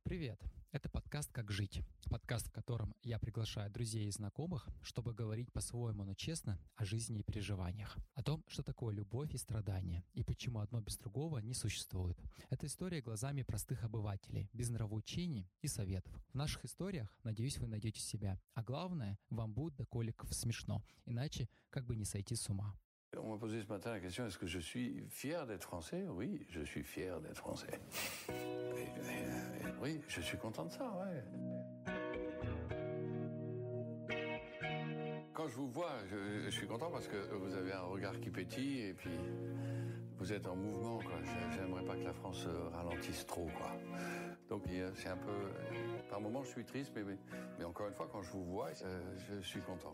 Привет! Это подкаст «Как жить». Подкаст, в котором я приглашаю друзей и знакомых, чтобы говорить по-своему, но честно о жизни и переживаниях. О том, что такое любовь и страдания, и почему одно без другого не существует. Это история глазами простых обывателей, без нравоучений и советов. В наших историях, надеюсь, вы найдете себя. А главное, вам будет до коликов смешно. Иначе как бы не сойти с ума. On m'a posé ce matin la question, est-ce que je suis fier d'être français? Oui, je suis fier d'être français. Oui, je suis content de ça, ouais. Quand je vous vois, je suis content parce que vous avez un regard qui pétille et puis vous êtes en mouvement, quoi. J'aimerais pas que la France ralentisse trop, quoi. Donc c'est un peu... Par moments, je suis triste, mais encore une fois, quand je vous vois, je suis content.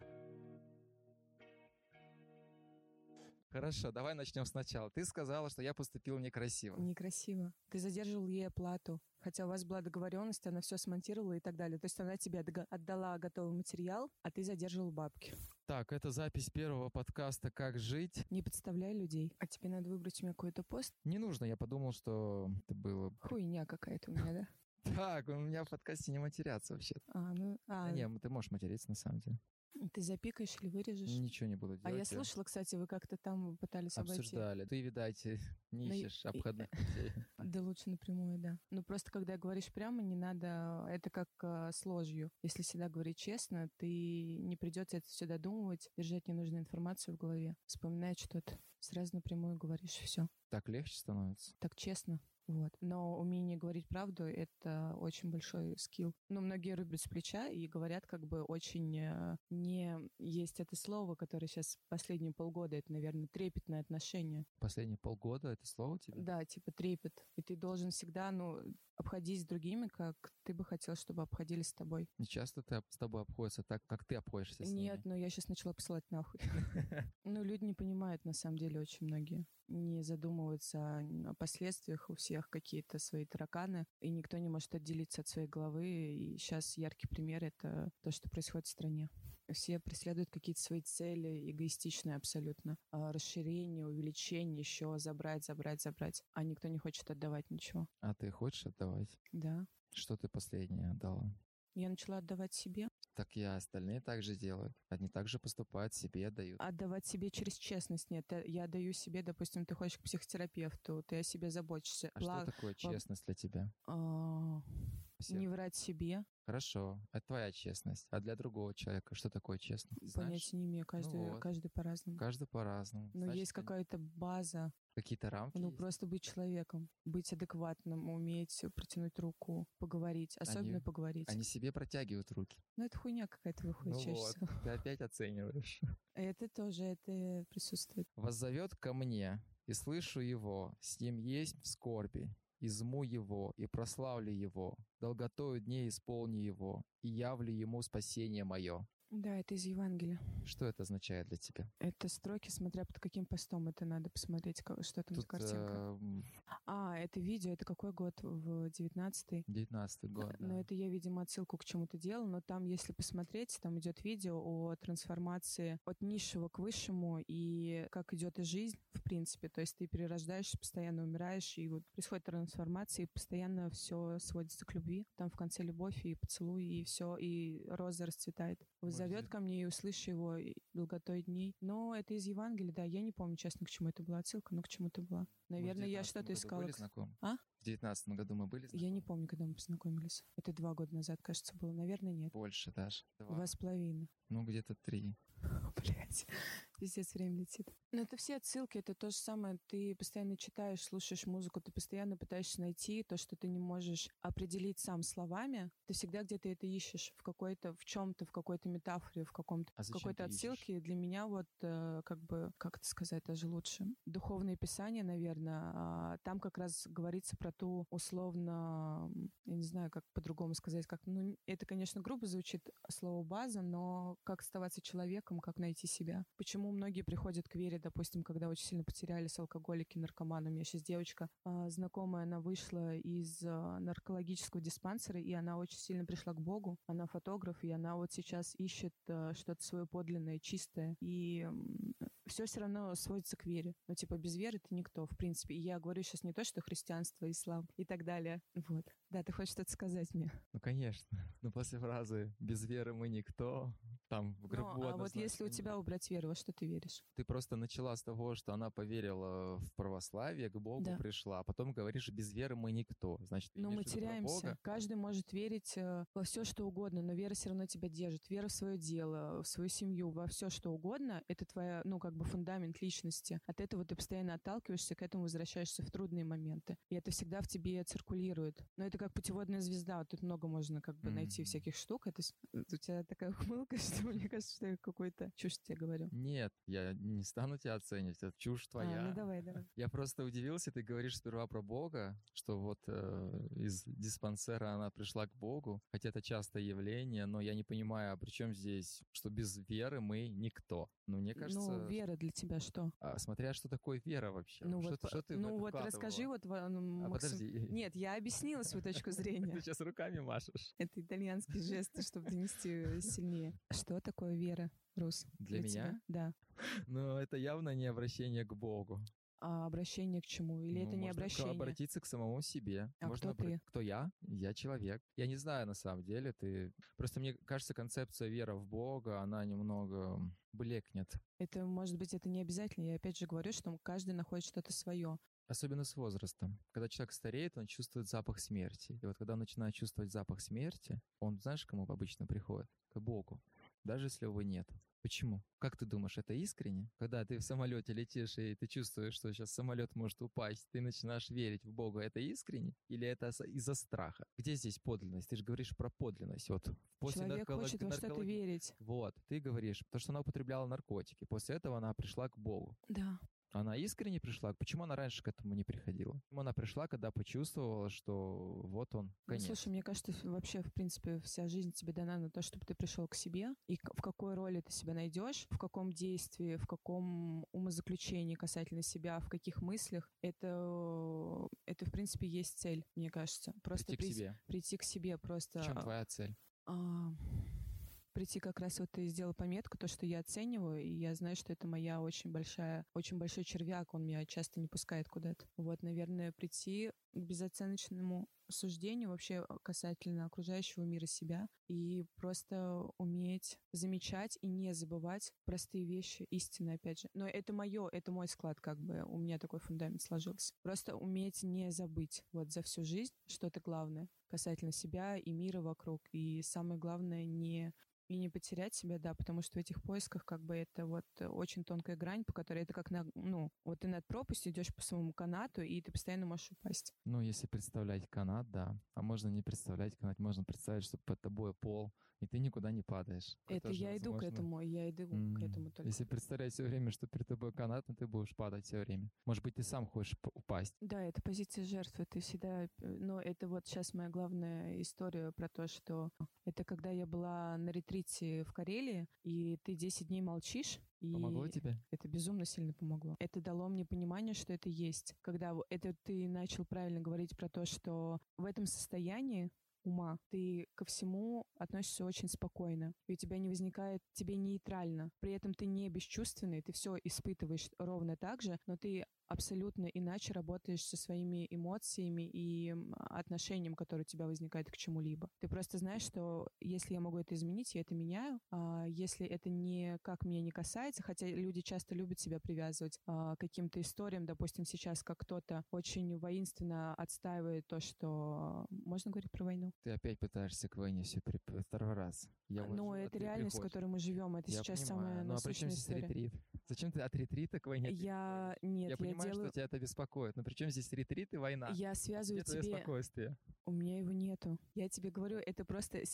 Хорошо, давай начнем сначала. Ты сказала, что я поступил некрасиво. Некрасиво. Ты задерживал ей оплату. Хотя у вас была договоренность, она все смонтировала и так далее. То есть она тебе отдала готовый материал, а ты задерживал бабки. Так, это запись первого подкаста «Как жить». Не подставляй людей. А тебе надо выбрать у меня какой-то пост? Не нужно, я подумал, что это было... Хуйня какая-то у меня, да? Так, у меня в подкасте не матерятся вообще. Не, ты можешь материться на самом деле. Ты запикаешь или вырежешь? Ничего не буду делать. А я слышала, кстати, вы как-то там пытались обойти. Обсуждали. Ты, видать, не ищешь обходных путей. Да лучше напрямую, да. Ну, просто когда говоришь прямо, не надо... Это как с ложью. Если всегда говорить честно, ты не придется это все додумывать, держать ненужную информацию в голове, вспоминать что-то. Сразу напрямую говоришь, все. Так легче становится? Так честно. Вот. Но умение говорить правду — это очень большой скилл. Ну, многие рубят с плеча и говорят как бы очень... Не есть это слово, которое сейчас последние полгода, это, наверное, трепетное отношение. Последние полгода это слово тебе? Да, типа трепет. И ты должен всегда, обходись с другими, как ты бы хотел, чтобы обходились с тобой. Не часто с тобой обходятся так, как ты обходишься с ними? Нет, я сейчас начала посылать нахуй. Люди не понимают, на самом деле, очень многие. Не задумываются о последствиях, у всех какие-то свои тараканы, и никто не может отделиться от своей головы. И сейчас яркий пример — это то, что происходит в стране. Все преследуют какие-то свои цели, эгоистичные абсолютно. Расширение, увеличение, еще забрать. А никто не хочет отдавать ничего. А ты хочешь отдавать? Да. Что ты последнее отдала? Я начала отдавать себе. Так и остальные так же делают. Они также поступают, себе отдают. Отдавать себе через честность. Нет, я даю себе, допустим, ты ходишь к психотерапевту, ты о себе заботишься. А что такое честность для тебя? Не врать себе. Хорошо, это твоя честность. А для другого человека что такое честность? Понятия не имею, каждый по-разному. Каждый по-разному. Но есть какая-то база. Какие-то рамки есть? Просто быть человеком, быть адекватным, уметь протянуть руку, поговорить, особенно поговорить. Они себе протягивают руки. Это хуйня какая-то выходит чаще всего. Ты опять оцениваешь. Это тоже, это присутствует. «Воззовет ко мне, и слышу его, с ним есть в скорби, изму его, и прославлю его, долготою дней исполни его, и явлю ему спасение мое». Да, это из Евангелия. Что это означает для тебя? Это строки, смотря под каким постом это надо посмотреть, что там за картинка. Это видео, это какой год? В 19-й? 19-й год, да. Но это я, видимо, отсылку к чему-то делала, но там, если посмотреть, там идет видео о трансформации от низшего к высшему и как идет и жизнь, в принципе. То есть ты перерождаешься, постоянно умираешь, и вот происходит трансформация, и постоянно все сводится к любви. Там в конце любовь и поцелуй, и все, и роза расцветает. Зовет ко мне, и услышу его долготой дней. Но это из Евангелия, да. Я не помню, честно, к чему это была отсылка, но к чему-то была. Наверное, я что-то искала. Были знакомы? В 19-м году мы были знакомы? Я не помню, когда мы познакомились. Это 2 года назад, кажется, было. Наверное, нет. Больше даже. 2,5. Где-то 3. Блять, пиздец, время летит. Но это все отсылки, это то же самое. Ты постоянно читаешь, слушаешь музыку, ты постоянно пытаешься найти то, что ты не можешь определить сам словами. Ты всегда где-то это ищешь в какой-то метафоре, в какой-то отсылке. Для меня как это сказать даже лучше? Духовное писание, наверное, там как раз говорится про ту условно, я не знаю, как по-другому сказать, это, конечно, грубо звучит слово база, но как оставаться человеком, как найти себя. Почему многие приходят к вере, допустим, когда очень сильно потерялись алкоголики, наркоманы. У меня сейчас девочка знакомая, она вышла из наркологического диспансера, и она очень сильно пришла к Богу. Она фотограф, и она вот сейчас ищет что-то свое подлинное, чистое. И все равно сводится к вере. Ну, типа, без веры ты никто, в принципе. И я говорю сейчас не то, что христианство, ислам и так далее. Вот. Да, ты хочешь что-то сказать мне? Ну, конечно. Но после фразы «без веры мы никто», там в гробу Ну, а вот если у однозначно тебя убрать веру, во что ты веришь? Ты просто начала с того, что она поверила в православие, к Богу Да. пришла, а потом говоришь, без веры мы никто. Значит, ты Но мы имеешь в виду про теряемся. Бога? Каждый может верить во все, что угодно, но вера все равно тебя держит. Вера в свое дело, в свою семью, во все, что угодно. Это твоя, ну, как бы фундамент личности. От этого ты постоянно отталкиваешься, к этому возвращаешься в трудные моменты. И это всегда в тебе циркулирует. Но это как путеводная звезда. Вот тут много можно как бы найти всяких штук. Это у тебя такая ухмылка, что мне кажется, что я какой-то чушь тебе говорю. Нет, я не стану тебя оценивать, это чушь твоя. Ну давай. Я просто удивился, ты говоришь сперва про Бога, что вот из диспансера она пришла к Богу, хотя это частое явление, но я не понимаю, а при чем здесь, что без веры мы никто? Ну, мне кажется... Ну, вера для тебя что? Смотря что такое вера вообще. Ну что, вот, что ты в это вкладывала? Расскажи вот... Подожди. Нет, я объяснила свою точку Ты зрения. сейчас руками машешь. Это итальянский жест, чтобы донести сильнее. Что такое вера, Рус? Для меня? тебя? Да. Но это явно не обращение к Богу. А обращение к чему? Или это не можно обращение? обратиться к самому себе. А кто ты? Кто я? Я человек. Я не знаю, на самом деле. Просто мне кажется, концепция веры в Бога, она немного блекнет. Это, может быть, это не обязательно. Я опять же говорю, что каждый находит что-то свое. Особенно с возрастом. Когда человек стареет, он чувствует запах смерти. И вот когда он начинает чувствовать запах смерти, он, знаешь, к кому обычно приходит? К Богу. Даже если его нет. Почему? Как ты думаешь, это искренне? Когда ты в самолете летишь, и ты чувствуешь, что сейчас самолет может упасть, ты начинаешь верить в Бога, это искренне? Или это из-за страха? Где здесь подлинность? Ты же говоришь про подлинность. Вот после Человек хочет во что-то верить. Вот, ты говоришь, то, что она употребляла наркотики. После этого она пришла к Богу. Да. Она искренне пришла? Почему она раньше к этому не приходила? Почему она пришла, когда почувствовала, что вот он, конец? Ну, слушай, мне кажется, вообще, в принципе, вся жизнь тебе дана на то, чтобы ты пришел к себе. И в какой роли ты себя найдешь, в каком действии, в каком умозаключении касательно себя, в каких мыслях, это в принципе, есть цель, мне кажется. Просто прийти к себе просто. В чем твоя цель? Прийти как раз вот ты сделал пометку, то, что я оцениваю, и я знаю, что это моя очень большой червяк, он меня часто не пускает куда-то. Вот, наверное, прийти к безоценочному суждению вообще касательно окружающего мира, себя, и просто уметь замечать и не забывать простые вещи, истины, опять же. Но это мой склад, как бы, у меня такой фундамент сложился. Просто уметь не забыть вот за всю жизнь что-то главное касательно себя и мира вокруг, и самое главное не потерять себя, да, потому что в этих поисках как бы это вот очень тонкая грань, по которой это как вот ты над пропастью идешь по своему канату, и ты постоянно можешь упасть. Ну, если представлять канат, да. А можно не представлять канат, можно представить, что под тобой пол, и ты никуда не падаешь. Это я иду к этому только. Если представлять все время, что перед тобой канат, то ты будешь падать все время. Может быть, ты сам хочешь упасть. Да, это позиция жертвы, ты всегда... Но это вот сейчас моя главная история про то, что это когда я была на ретрите в Карелии, и ты 10 дней молчишь. И помогло тебе? Это безумно сильно помогло. Это дало мне понимание, что это есть. Когда это ты начал правильно говорить про то, что в этом состоянии ума, ты ко всему относишься очень спокойно, и у тебя не возникает, тебе нейтрально. При этом ты не бесчувственный, ты все испытываешь ровно так же, но ты абсолютно иначе работаешь со своими эмоциями и отношением, которое у тебя возникает к чему-либо. Ты просто знаешь, что если я могу это изменить, я это меняю. А если это никак меня не касается, хотя люди часто любят себя привязывать к каким-то историям, допустим, сейчас как кто-то очень воинственно отстаивает то, что... Можно говорить про войну? Ты опять пытаешься к войне все второй раз. Но это реальность, в которой мы живем. Это сейчас самая насущная история. Ну а при чем здесь ретрит? Зачем ты от ретрита к войне? Я понимаю, что тебя это беспокоит. Но при чем здесь ретрит и война? Я связываю тебе... твое спокойствие? У меня его нету. Я тебе говорю, это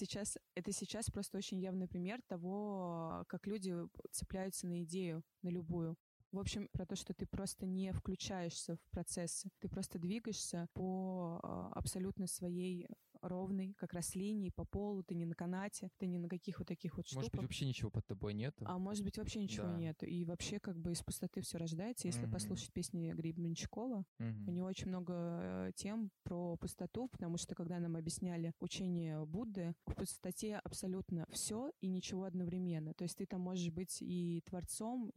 сейчас просто очень явный пример того, как люди цепляются на идею, на любую. В общем, про то, что ты просто не включаешься в процессы. Ты просто двигаешься по абсолютно своей ровный, как раз линии по полу, ты не на канате, ты не на каких вот таких вот штуках. Может быть, вообще ничего под тобой нету? А может быть, вообще ничего Да. нету. И вообще как бы из пустоты все рождается. Если послушать песни Гребенщикова, у него очень много тем про пустоту, потому что когда нам объясняли учение Будды, в пустоте абсолютно все и ничего одновременно. То есть ты там можешь быть и творцом,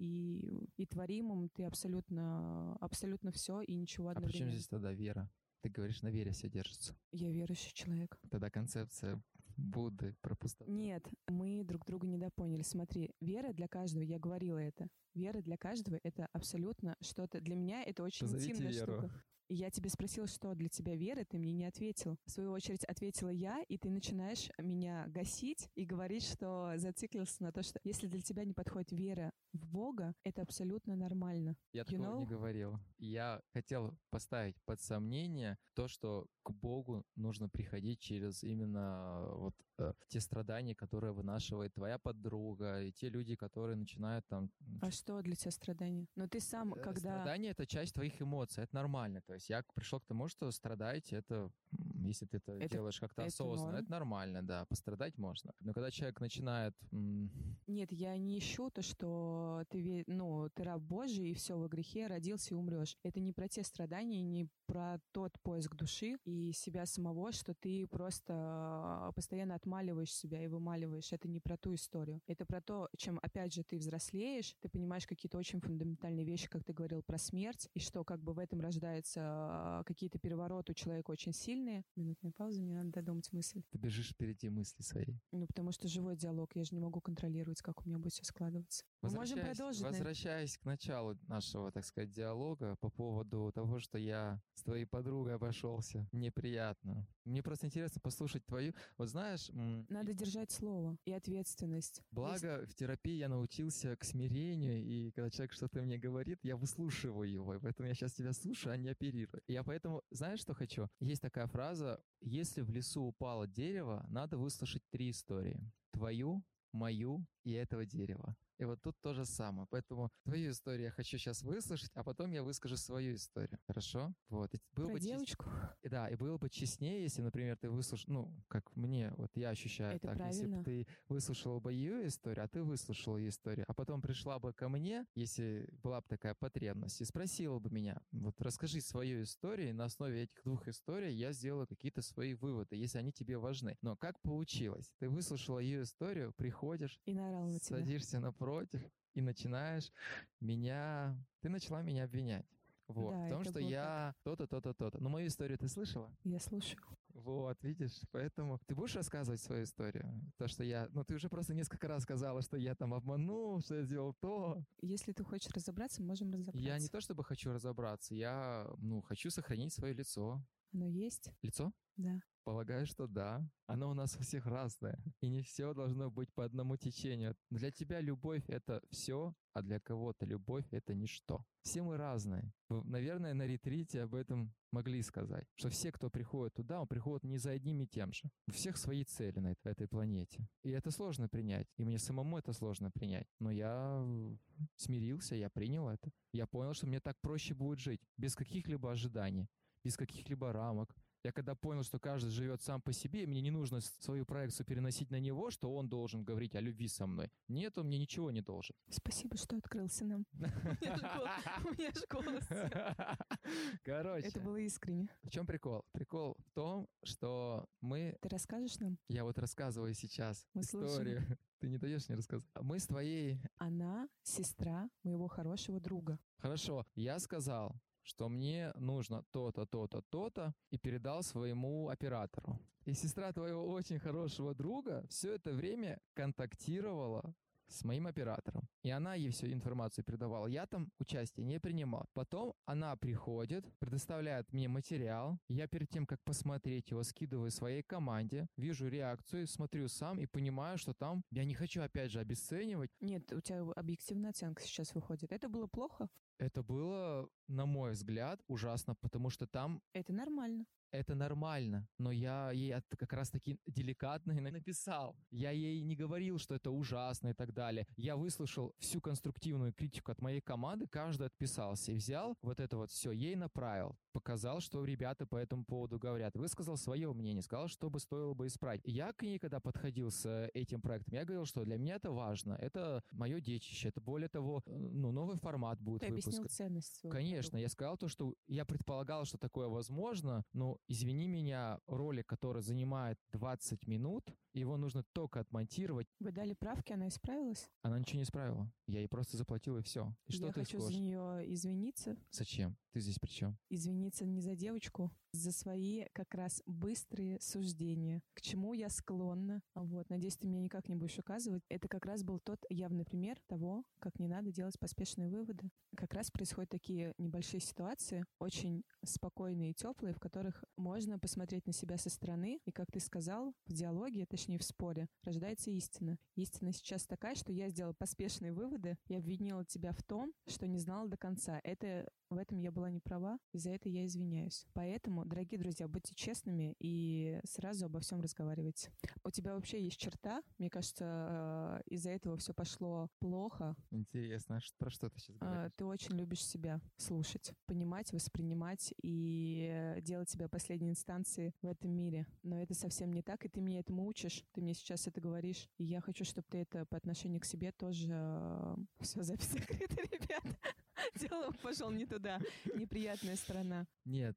и творимым, ты абсолютно все и ничего А при чем одновременно. здесь тогда вера? Ты говоришь, на вере все держится. Я верующий человек. Тогда концепция Будды про пустоту. Нет, мы друг друга недопоняли. Смотри, вера для каждого, я говорила это. Вера для каждого — это абсолютно что-то. Для меня это очень Позовите интимная Веру. штука. И я тебе спросила, что для тебя вера, ты мне не ответил. В свою очередь ответила я, и ты начинаешь меня гасить и говорить, что зациклился на то, что если для тебя не подходит вера в Бога, это абсолютно нормально. Я You такого не know? говорил. Я хотел поставить под сомнение то, что к Богу нужно приходить через именно вот те страдания, которые вынашивает твоя подруга, и те люди, которые начинают там... А что для тебя страдание? Но ты сам, когда... Страдание — это часть твоих эмоций, это нормально. То есть я пришел к тому, что страдать — это, если ты это делаешь как-то это осознанно, норм. это нормально, да, пострадать можно. Но когда человек начинает... Нет, я не ищу то, что ты раб Божий, и все, во грехе родился и умрешь. Это не про те страдания, не про тот поиск души и себя самого, что ты просто постоянно отмаливаешь себя и вымаливаешь. Это не про ту историю. Это про то, чем, опять же, ты взрослеешь, ты понимаешь какие-то очень фундаментальные вещи, как ты говорил про смерть, и что как бы в этом рождаются какие-то перевороты у человека очень сильные. Минутная пауза, мне надо додумать мысль. Ты бежишь впереди мысли своей. Ну, потому что живой диалог, я же не могу контролировать, как у меня будет все складываться. Мы можем продолжить. Возвращаясь к началу нашего, так сказать, диалога по поводу того, что я с твоей подругой обошелся неприятно. Мне просто интересно послушать твою... Вот знаешь... Надо держать слово и ответственность. Благо, в терапии я научился к смирению, и когда человек что-то мне говорит, я выслушиваю его, и поэтому я сейчас тебя слушаю, а не оперирую. Я поэтому, знаешь, что хочу? Есть такая фраза: если в лесу упало дерево, надо выслушать 3 истории. Твою, мою и этого дерева. И вот тут то же самое. Поэтому твою историю я хочу сейчас выслушать, а потом я выскажу свою историю. Хорошо? Вот. И было Про бы девочку? Да, и было бы честнее, если, например, ты выслушал, как мне, вот я ощущаю Это так, если правильно. бы ты выслушала бы ее историю, а ты выслушала ее историю, а потом пришла бы ко мне, если была бы такая потребность, и спросила бы меня, вот расскажи свою историю, и на основе этих 2 историй я сделаю какие-то свои выводы, если они тебе важны. Но как получилось? Ты выслушала ее историю, приходишь, И наорал на тебя. садишься напротив и начинаешь Ты начала меня обвинять. Вот, Да, в том, это что было я то-то, то-то, то-то. Но мою историю ты слышала? Я слушаю. Вот, видишь, поэтому ты будешь рассказывать свою историю? То, что ты уже просто несколько раз сказала, что я там обманул, что я сделал то. Если ты хочешь разобраться, можем разобраться. Я не то чтобы хочу разобраться, я, хочу сохранить свое лицо. Оно есть? Лицо? Да. Полагаю, что да. Оно у нас у всех разное. И не все должно быть по одному течению. Для тебя любовь — это все, а для кого-то любовь — это ничто. Все мы разные. Наверное, на ретрите об этом могли сказать, что все, кто приходит туда, он приходит не за одним и тем же. У всех свои цели на этой планете. И это сложно принять. И мне самому это сложно принять. Но я смирился, я принял это. Я понял, что мне так проще будет жить. Без каких-либо ожиданий, без каких-либо рамок. Я когда понял, что каждый живет сам по себе, и мне не нужно свою проекцию переносить на него, что он должен говорить о любви со мной. Нет, он мне ничего не должен. Спасибо, что открылся нам. У меня ж голос. Короче. Это было искренне. В чем прикол? Прикол в том, что мы... Ты расскажешь нам? Я вот рассказываю сейчас Мы историю. слушаем. Ты не даешь мне рассказать? Мы с твоей... Она сестра моего хорошего друга. Хорошо, я сказал, что мне нужно то-то, то-то, то-то, и передал своему оператору. И сестра твоего очень хорошего друга все это время контактировала с моим оператором. И она ей всю информацию передавала. Я там участия не принимал. Потом она приходит, предоставляет мне материал. Я перед тем, как посмотреть его, скидываю своей команде, вижу реакцию, смотрю сам и понимаю, что там... Я не хочу, опять же, обесценивать. Нет, у тебя объективная оценка сейчас выходит. Это было плохо? Это было, на мой взгляд, ужасно, потому что там Это нормально. это нормально, но я ей как раз-таки деликатно и написал. Я ей не говорил, что это ужасно и так далее. Я выслушал всю конструктивную критику от моей команды, каждый отписался и взял вот это вот все, ей направил. Показал, что ребята по этому поводу говорят. Высказал свое мнение, сказал, что бы стоило бы исправить. Я к ней, когда подходил с этим проектом, я говорил, что для меня это важно, это мое детище, это более того, новый формат будет Ты объяснил выпуска. ценность своего Конечно, продукта. я сказал то, что я предполагал, что такое возможно, но, извини меня, ролик, который занимает 20 минут, его нужно только отмонтировать. Вы дали правки, она исправилась? Она ничего не исправила. Я ей просто заплатил, и все. И что Я ты хочу за скажешь? нее извиниться. Зачем? Ты здесь при чем? Извиниться не за девочку, за свои как раз быстрые суждения, к чему я склонна. Вот, надеюсь, ты мне никак не будешь указывать. Это как раз был тот явный пример того, как не надо делать поспешные выводы. Как раз происходят такие небольшие ситуации, очень спокойные и теплые, в которых можно посмотреть на себя со стороны. И, как ты сказал, в диалоге, точнее в споре, рождается истина. Истина сейчас такая, что я сделала поспешные выводы и обвинила тебя в том, что не знала до конца. В этом я была не права, и за это я извиняюсь. Поэтому, дорогие друзья, будьте честными и сразу обо всем разговаривайте. У тебя вообще есть черта, мне кажется, из-за этого все пошло плохо. Интересно, про что ты сейчас говоришь? Ты очень любишь себя слушать, понимать, воспринимать и делать себя последней инстанцией в этом мире. Но это совсем не так, и ты меня этому учишь, ты мне сейчас это говоришь. И я хочу, чтобы ты это по отношению к себе тоже... Все, запись закрыта, ребята. Дело пошел не туда. Неприятная сторона. Нет,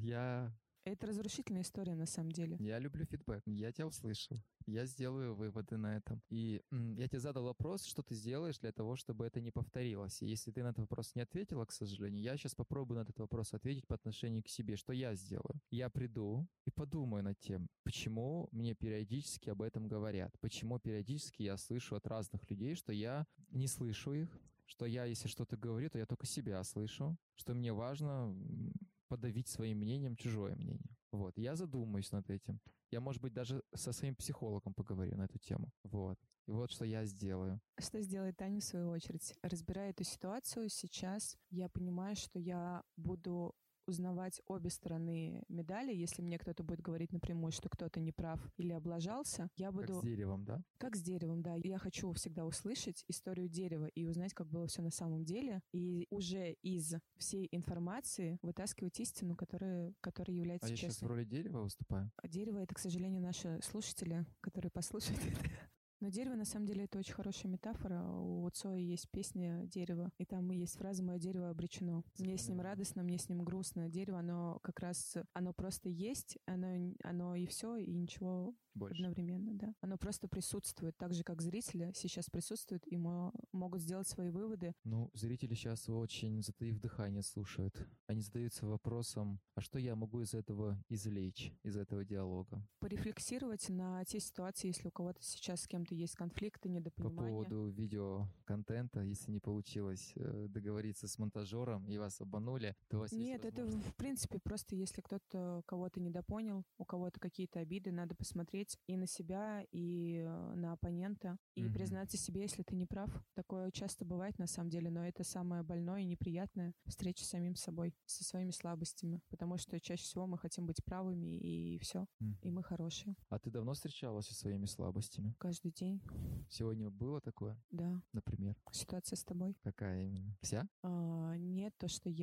Это разрушительная история на самом деле. я люблю фидбэк. Я тебя услышал. Я сделаю выводы на этом. И я тебе задал вопрос, что ты сделаешь для того, чтобы это не повторилось. И если ты на этот вопрос не ответила, к сожалению, я сейчас попробую на этот вопрос ответить по отношению к себе. Что я сделаю? Я приду и подумаю над тем, почему мне периодически об этом говорят. Почему периодически я слышу от разных людей, что я не слышу их, что я, если что-то говорю, то я только себя слышу, что мне важно подавить своим мнением чужое мнение. Вот, я задумаюсь над этим. Я, может быть, даже со своим психологом поговорю на эту тему. Вот. И вот что я сделаю. Что сделает Таня в свою очередь? Разбирая эту ситуацию, сейчас я понимаю, что я буду узнавать обе стороны медали. Если мне кто-то будет говорить напрямую, что кто-то не прав или облажался, я буду... Как с деревом, да? Как с деревом, да. Я хочу всегда услышать историю дерева и узнать, как было все на самом деле, и уже из всей информации вытаскивать истину, которая является А я сейчас в честной. роли дерева выступаю? А дерево — это, к сожалению, наши слушатели, которые послушают это. Но дерево, на самом деле, это очень хорошая метафора. У Цоя есть песня «Дерево», и там есть фраза «Мое дерево обречено». Мне с ним радостно, мне с ним грустно. Дерево, оно как раз, оно просто есть, оно и все, и ничего Больше. одновременно, да. Оно просто присутствует, так же, как зрители сейчас присутствуют и могут сделать свои выводы. Зрители сейчас очень, затаив дыхание, слушают. Они задаются вопросом, а что я могу из этого извлечь, из этого диалога? Порефлексировать на те ситуации, если у кого-то сейчас с кем-то есть конфликты, По недопонимания. поводу видеоконтента, если не получилось договориться с монтажером и вас обманули, то у вас Нет, есть это возможность... в принципе просто если кто-то кого-то недопонял, у кого-то какие-то обиды, надо посмотреть и на себя, и на оппонента, и Мгм. признаться себе, если ты не прав. Такое часто бывает на самом деле, но это самое больное и неприятное — встреча с самим собой, со своими слабостями, потому что чаще всего мы хотим быть правыми, и все, Мгм. и мы хорошие. А ты давно встречалась со своими слабостями? Каждый день, Сегодня было такое, да. например? Ситуация с тобой. Какая именно? Вся? Нет, то, что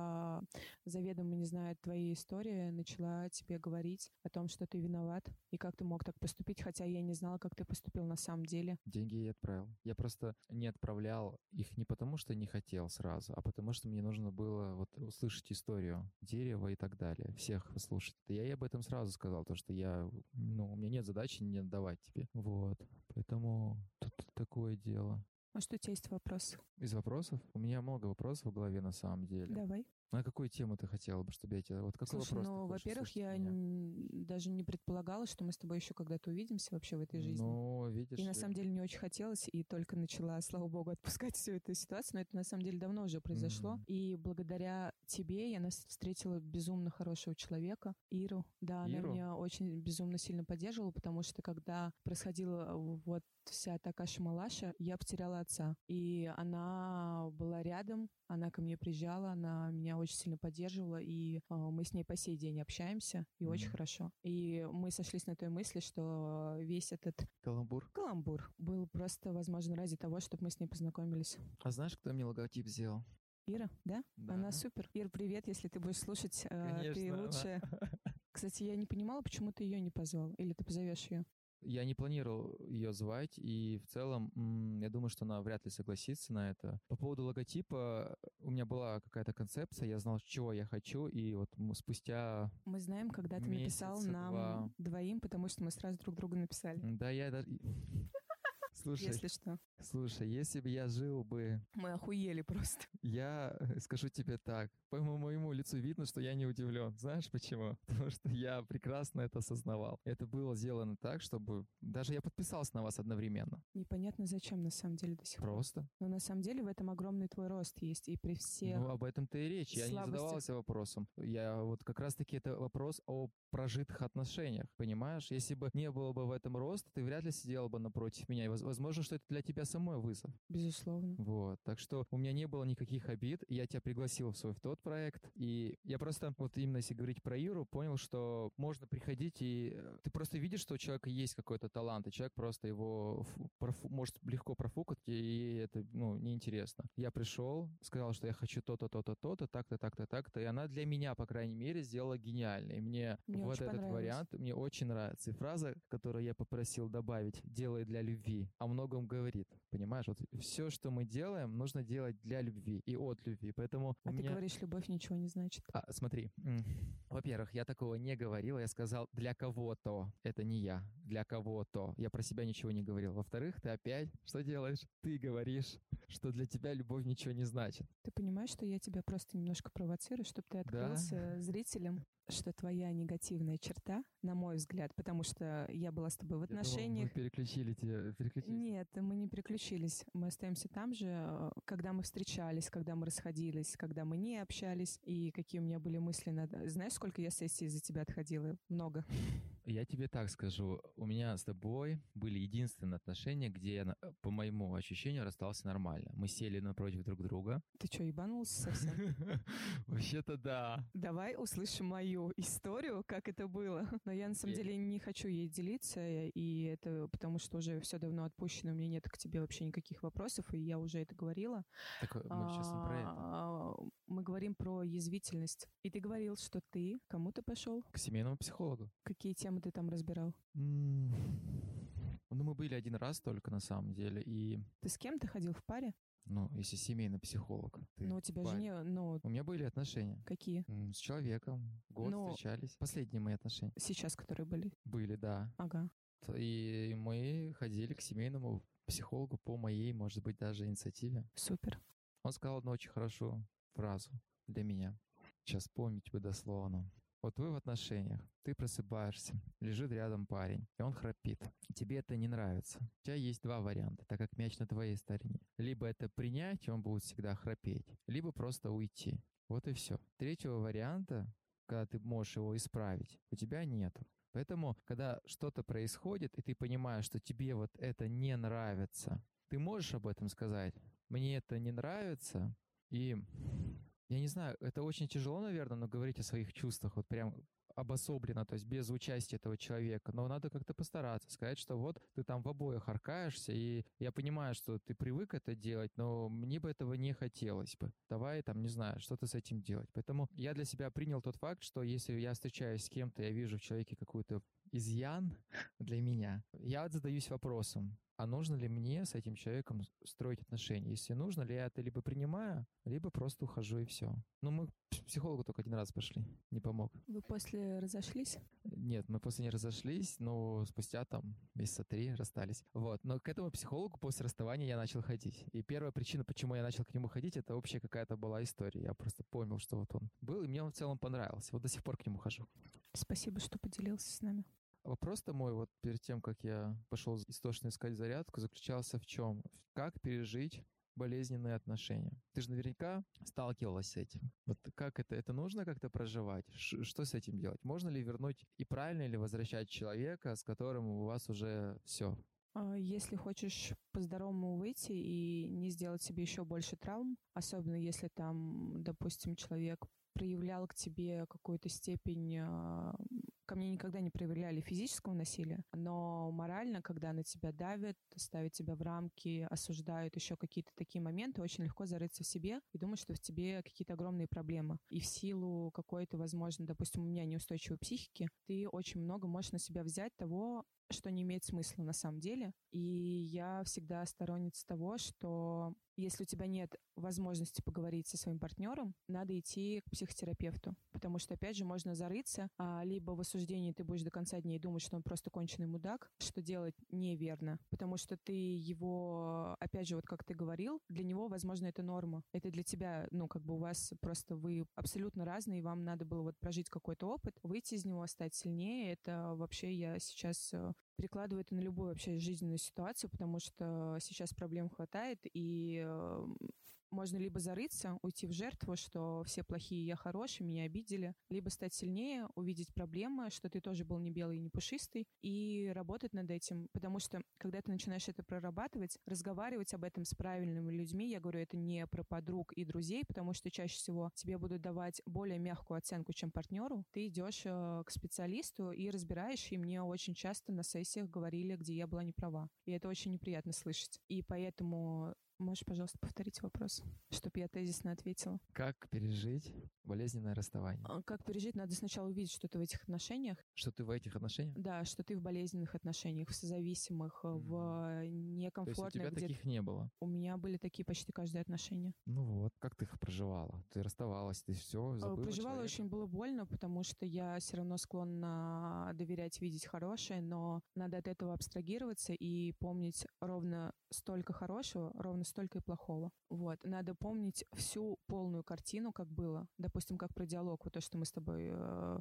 я заведомо не зная твоей истории, начала тебе говорить о том, что ты виноват и как ты мог так поступить, хотя я не знала, как ты поступил на самом деле. Деньги я отправил. Я просто не отправлял их не потому, что не хотел сразу, а потому, что мне нужно было вот услышать историю дерева и так далее, всех слушать. Я ей об этом сразу сказал, то, что у меня нет задачи не отдавать тебе. Вот. Поэтому тут такое дело. Может, у тебя есть вопрос? Из вопросов? У меня много вопросов в голове на самом деле. Давай. На какую тему ты хотела бы, чтобы я тебе... Вот какой Слушай, вопрос ты ну, хочешь во-первых, услышать я от меня? даже не предполагала, что мы с тобой еще когда-то увидимся вообще в этой жизни. Ну, И видишь на ли. самом деле не очень хотелось, и только начала, слава богу, отпускать всю эту ситуацию, но это на самом деле давно уже произошло. М. И благодаря тебе я встретила безумно хорошего человека, Иру. Да, она Иру? меня очень безумно сильно поддерживала, потому что когда происходила вот вся эта каша-малаша, я потеряла отца. И она была рядом, она ко мне приезжала, она меня очень сильно поддерживала, и мы с ней по сей день общаемся, и очень М. хорошо. И мы сошлись на той мысли, что весь этот Каламбур. каламбур был просто, возможно, ради того, чтобы мы с ней познакомились. А знаешь, кто мне логотип сделал? Ира, да? Да. Она супер. Ир, привет, если ты будешь слушать, ты Конечно, она. лучшая. Кстати, я не понимала, почему ты ее не позвал. Или ты позовешь ее? Я не планировал ее звать, и в целом, я думаю, что она вряд ли согласится на это. По поводу логотипа, у меня была какая-то концепция, я знал, чего я хочу, и вот спустя Мы знаем, когда ты написал месяца нам два... двоим, потому что мы сразу друг другу написали. Да, я даже... Слушай, Если что. если бы я жил бы... Мы охуели просто. Я скажу тебе так, по моему лицу видно, что я не удивлен. Знаешь почему? Потому что я прекрасно это осознавал. Это было сделано так, чтобы... Даже я подписался на вас одновременно. Непонятно зачем на самом деле до сих пор. Просто. Но на самом деле в этом огромный твой рост есть. И при всех... Ну, об этом-то и речь. Я не слабостях. задавался вопросом. Я вот как раз-таки это вопрос о прожитых отношениях, понимаешь? Если бы не было бы в этом роста, ты вряд ли сидела бы напротив меня. И возможно, что это для тебя самой вызов. Безусловно. Вот. Так что у меня не было никаких обид. Я тебя пригласил в тот проект. И я просто, вот именно если говорить про Иру, понял, что можно приходить, и ты просто видишь, что у человека есть какой-то талант, и человек просто его может легко профукать, и это, неинтересно. Я пришел, сказал, что я хочу то-то, то-то, то-то, так-то, так-то, так-то, и она для меня, по крайней мере, сделала гениально. И мне Мне вот очень этот понравилось. вариант мне очень нравится. И фраза, которую я попросил добавить, «делай для любви», о многом говорит. Понимаешь? Вот все, что мы делаем, нужно делать для любви и от любви. Поэтому А у ты меня... говоришь, любовь ничего не значит. Смотри, во-первых, я такого не говорил, я сказал для кого-то, это не я, для кого-то. Я про себя ничего не говорил. Во-вторых, ты опять что делаешь? Ты говоришь, что для тебя любовь ничего не значит. Ты понимаешь, что я тебя просто немножко провоцирую, чтобы ты открылся зрителям, что твоя негативная черта, на мой взгляд, потому что я была с тобой в Я думал, отношениях. мы переключились. Нет, мы не переключились. Мы остаемся там же, когда мы встречались, когда мы расходились, когда мы не общались, и какие у меня были мысли. Знаешь, сколько я сессий из-за тебя отходила? Много. Я тебе так скажу, у меня с тобой были единственные отношения, где я, по моему ощущению, расстался нормально. Мы сели напротив друг друга. Ты что, ебанулся совсем? Вообще-то да. Давай услышим мою историю, как это было. Но я на самом деле не хочу ей делиться, и это потому что уже все давно отпущено, у меня нет к тебе вообще никаких вопросов, и я уже это говорила. Так мы сейчас не про это. Мы говорим про язвительность. И ты говорил, что ты кому-то пошел? К семейному психологу. Какие темы ты там разбирал? Мы были один раз только на самом деле, и... Ты с кем-то ходил в паре? Если семейный психолог. Ну, у тебя же не... У меня были отношения. Какие? С человеком. Год встречались. Последние мои отношения. Сейчас, которые были? Были, да. Ага. И мы ходили к семейному психологу по моей, может быть, даже инициативе. Супер. Он сказал одну очень хорошую фразу для меня. Сейчас помнить бы дословно. Вот вы в отношениях, ты просыпаешься, лежит рядом парень, и он храпит. Тебе это не нравится. У тебя есть два варианта, так как мяч на твоей стороне. Либо это принять, и он будет всегда храпеть, либо просто уйти. Вот и все. Третьего варианта, когда ты можешь его исправить, у тебя нету. Поэтому, когда что-то происходит, и ты понимаешь, что тебе вот это не нравится, ты можешь об этом сказать? Мне это не нравится, и... Я не знаю, это очень тяжело, наверное, но говорить о своих чувствах вот прям обособленно, то есть без участия этого человека. Но надо как-то постараться сказать, что вот ты там в обоих аркаешься, и я понимаю, что ты привык это делать, но мне бы этого не хотелось бы. Давай там, не знаю, что-то с этим делать. Поэтому я для себя принял тот факт, что если я встречаюсь с кем-то, я вижу в человеке какую-то изъян для меня. Я вот задаюсь вопросом, а нужно ли мне с этим человеком строить отношения? Если нужно, ли я это либо принимаю, либо просто ухожу и все. Ну, мы к психологу только один раз пошли, не помог. Вы после разошлись? Нет, мы после не разошлись, но спустя там месяца 3 расстались. Вот, но к этому психологу после расставания я начал ходить. И первая причина, почему я начал к нему ходить, это вообще какая-то была история. Я просто понял, что вот он был, и мне он в целом понравился. Вот до сих пор к нему хожу. Спасибо, что поделился с нами. Вопрос-то мой, вот перед тем, как я пошел истошно искать зарядку, заключался в чем? Как пережить болезненные отношения? Ты же наверняка сталкивалась с этим. Вот как это нужно как-то проживать? Что с этим делать? Можно ли вернуть и правильно ли возвращать человека, с которым у вас уже все? Если хочешь по-здоровому выйти и не сделать себе еще больше травм, особенно если там, допустим, человек проявлял к тебе какую-то степень, ко мне никогда не проявляли физического насилия, но морально, когда на тебя давят, ставят тебя в рамки, осуждают, еще какие-то такие моменты, очень легко зарыться в себе и думать, что в тебе какие-то огромные проблемы. И в силу какой-то, возможно, допустим, у меня неустойчивой психики, ты очень много можешь на себя взять того, что не имеет смысла на самом деле. И я всегда сторонница того, что если у тебя нет возможности поговорить со своим партнером, надо идти к психотерапевту. Потому что, опять же, можно зарыться, либо в осуждении ты будешь до конца дней думать, что он просто конченый мудак, что делать неверно. Потому что ты его, опять же, вот как ты говорил, для него, возможно, это норма. Это для тебя, у вас просто вы абсолютно разные, и вам надо было вот прожить какой-то опыт, выйти из него, стать сильнее. Это вообще я сейчас перекладываю это на любую вообще жизненную ситуацию, потому что сейчас проблем хватает, и можно либо зарыться, уйти в жертву, что все плохие, я хороший, меня обидели, либо стать сильнее, увидеть проблемы, что ты тоже был не белый и не пушистый, и работать над этим. Потому что, когда ты начинаешь это прорабатывать, разговаривать об этом с правильными людьми, я говорю, это не про подруг и друзей, потому что чаще всего тебе будут давать более мягкую оценку, чем партнеру. Ты идешь к специалисту и разбираешь, и мне очень часто на сессиях говорили, где я была не права. И это очень неприятно слышать. И поэтому... Можешь, пожалуйста, повторить вопрос, чтобы я тезисно ответила? Как пережить болезненное расставание? Как пережить? Надо сначала увидеть, что ты в этих отношениях. Что ты в этих отношениях? Да, что ты в болезненных отношениях, в созависимых, в некомфортных. То есть у тебя таких не было? У меня были такие почти каждые отношения. Ну вот, как ты их проживала? Ты расставалась, ты все забыла Проживала человека? очень было больно, потому что я все равно склонна доверять, видеть хорошее, но надо от этого абстрагироваться и помнить ровно столько хорошего, ровно столько и плохого. Вот. Надо помнить всю полную картину, как было. Допустим, как про диалог, вот то, что мы с тобой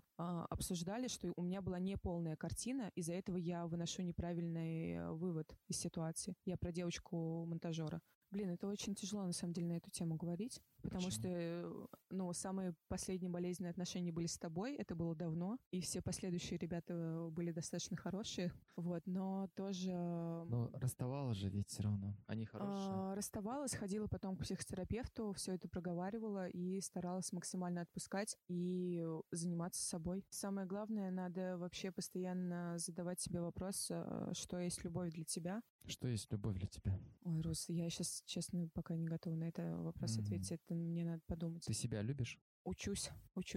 обсуждали, что у меня была неполная картина, из-за этого я выношу неправильный вывод из ситуации. Я про девочку-монтажера. Блин, это очень тяжело, на самом деле, на эту тему говорить, потому что, самые последние болезненные отношения были с тобой, это было давно, и все последующие ребята были достаточно хорошие, вот, но тоже... Но расставалась же ведь все равно, они хорошие. Расставалась, ходила потом к психотерапевту, все это проговаривала и старалась максимально отпускать и заниматься собой. Самое главное, надо вообще постоянно задавать себе вопрос, что есть любовь для тебя. Что есть любовь для тебя? Ой, Рус, я сейчас, честно, пока не готова на этот вопрос ответить. Это мне надо подумать. Ты себя любишь? Учусь.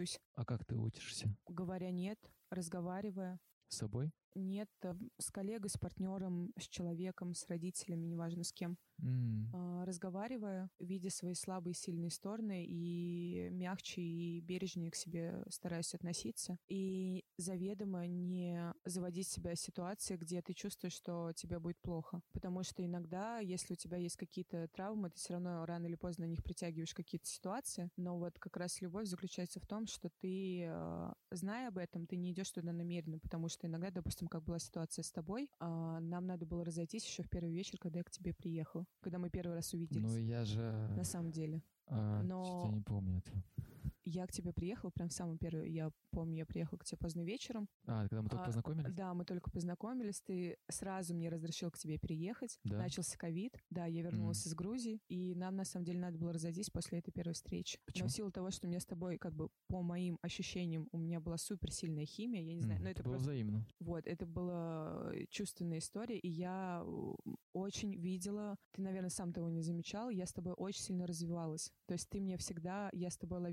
А как ты учишься? Говоря нет, разговаривая. С собой? Нет, с коллегой, с партнером, с человеком, с родителями, неважно с кем. Разговаривая, видя свои слабые и сильные стороны, и мягче и бережнее к себе стараюсь относиться. И заведомо не заводить себя в ситуации, где ты чувствуешь, что тебе будет плохо. Потому что иногда, если у тебя есть какие-то травмы, ты все равно рано или поздно на них притягиваешь какие-то ситуации. Но вот как раз любовь заключается в том, что ты, зная об этом, ты не идешь туда намеренно, потому что иногда, допустим, как была ситуация с тобой, нам надо было разойтись еще в первый вечер, когда я к тебе приехала, когда мы первый раз увиделись. Ну, я же... На самом деле. Но... Я не помню этого. Я к тебе приехала, прям в самый первый, я помню, я приехала к тебе поздно вечером. Когда мы только познакомились? Да, мы только познакомились, ты сразу мне разрешил к тебе переехать, да? Начался ковид, да, я вернулась из Грузии, и нам, на самом деле, надо было разойтись после этой первой встречи. Почему? Но в силу того, что у меня с тобой, по моим ощущениям, у меня была суперсильная химия, я не знаю, но это было просто... взаимно. Вот, это была чувственная история, и я очень видела, ты, наверное, сам того не замечал, я с тобой очень сильно развивалась. То есть ты мне всегда, я с тобой ловила кучу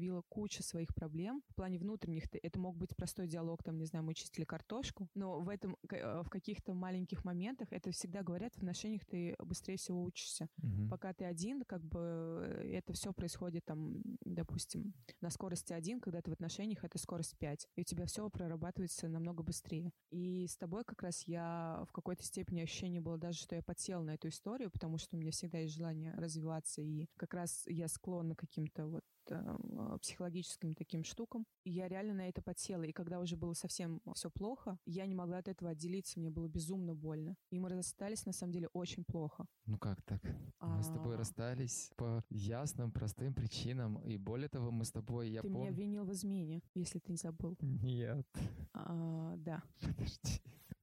куча своих проблем. В плане внутренних это мог быть простой диалог, там, не знаю, мы чистили картошку, но в каких-то маленьких моментах это всегда говорят, в отношениях ты быстрее всего учишься. Пока ты один, как бы это все происходит там, допустим, на скорости 1, когда ты в отношениях, это скорость 5. И у тебя все прорабатывается намного быстрее. И с тобой как раз я в какой-то степени ощущение было даже, что я подсела на эту историю, потому что у меня всегда есть желание развиваться, и как раз я склонна к каким-то вот психологическим таким штукам. И я реально на это подсела. И когда уже было совсем все плохо, я не могла от этого отделиться. Мне было безумно больно. И мы расстались, на самом деле, очень плохо. Ну как так? Мы с тобой расстались по ясным, простым причинам. И более того, мы с тобой... Ты меня обвинил в измене, если ты не забыл. Нет. Да. Подожди.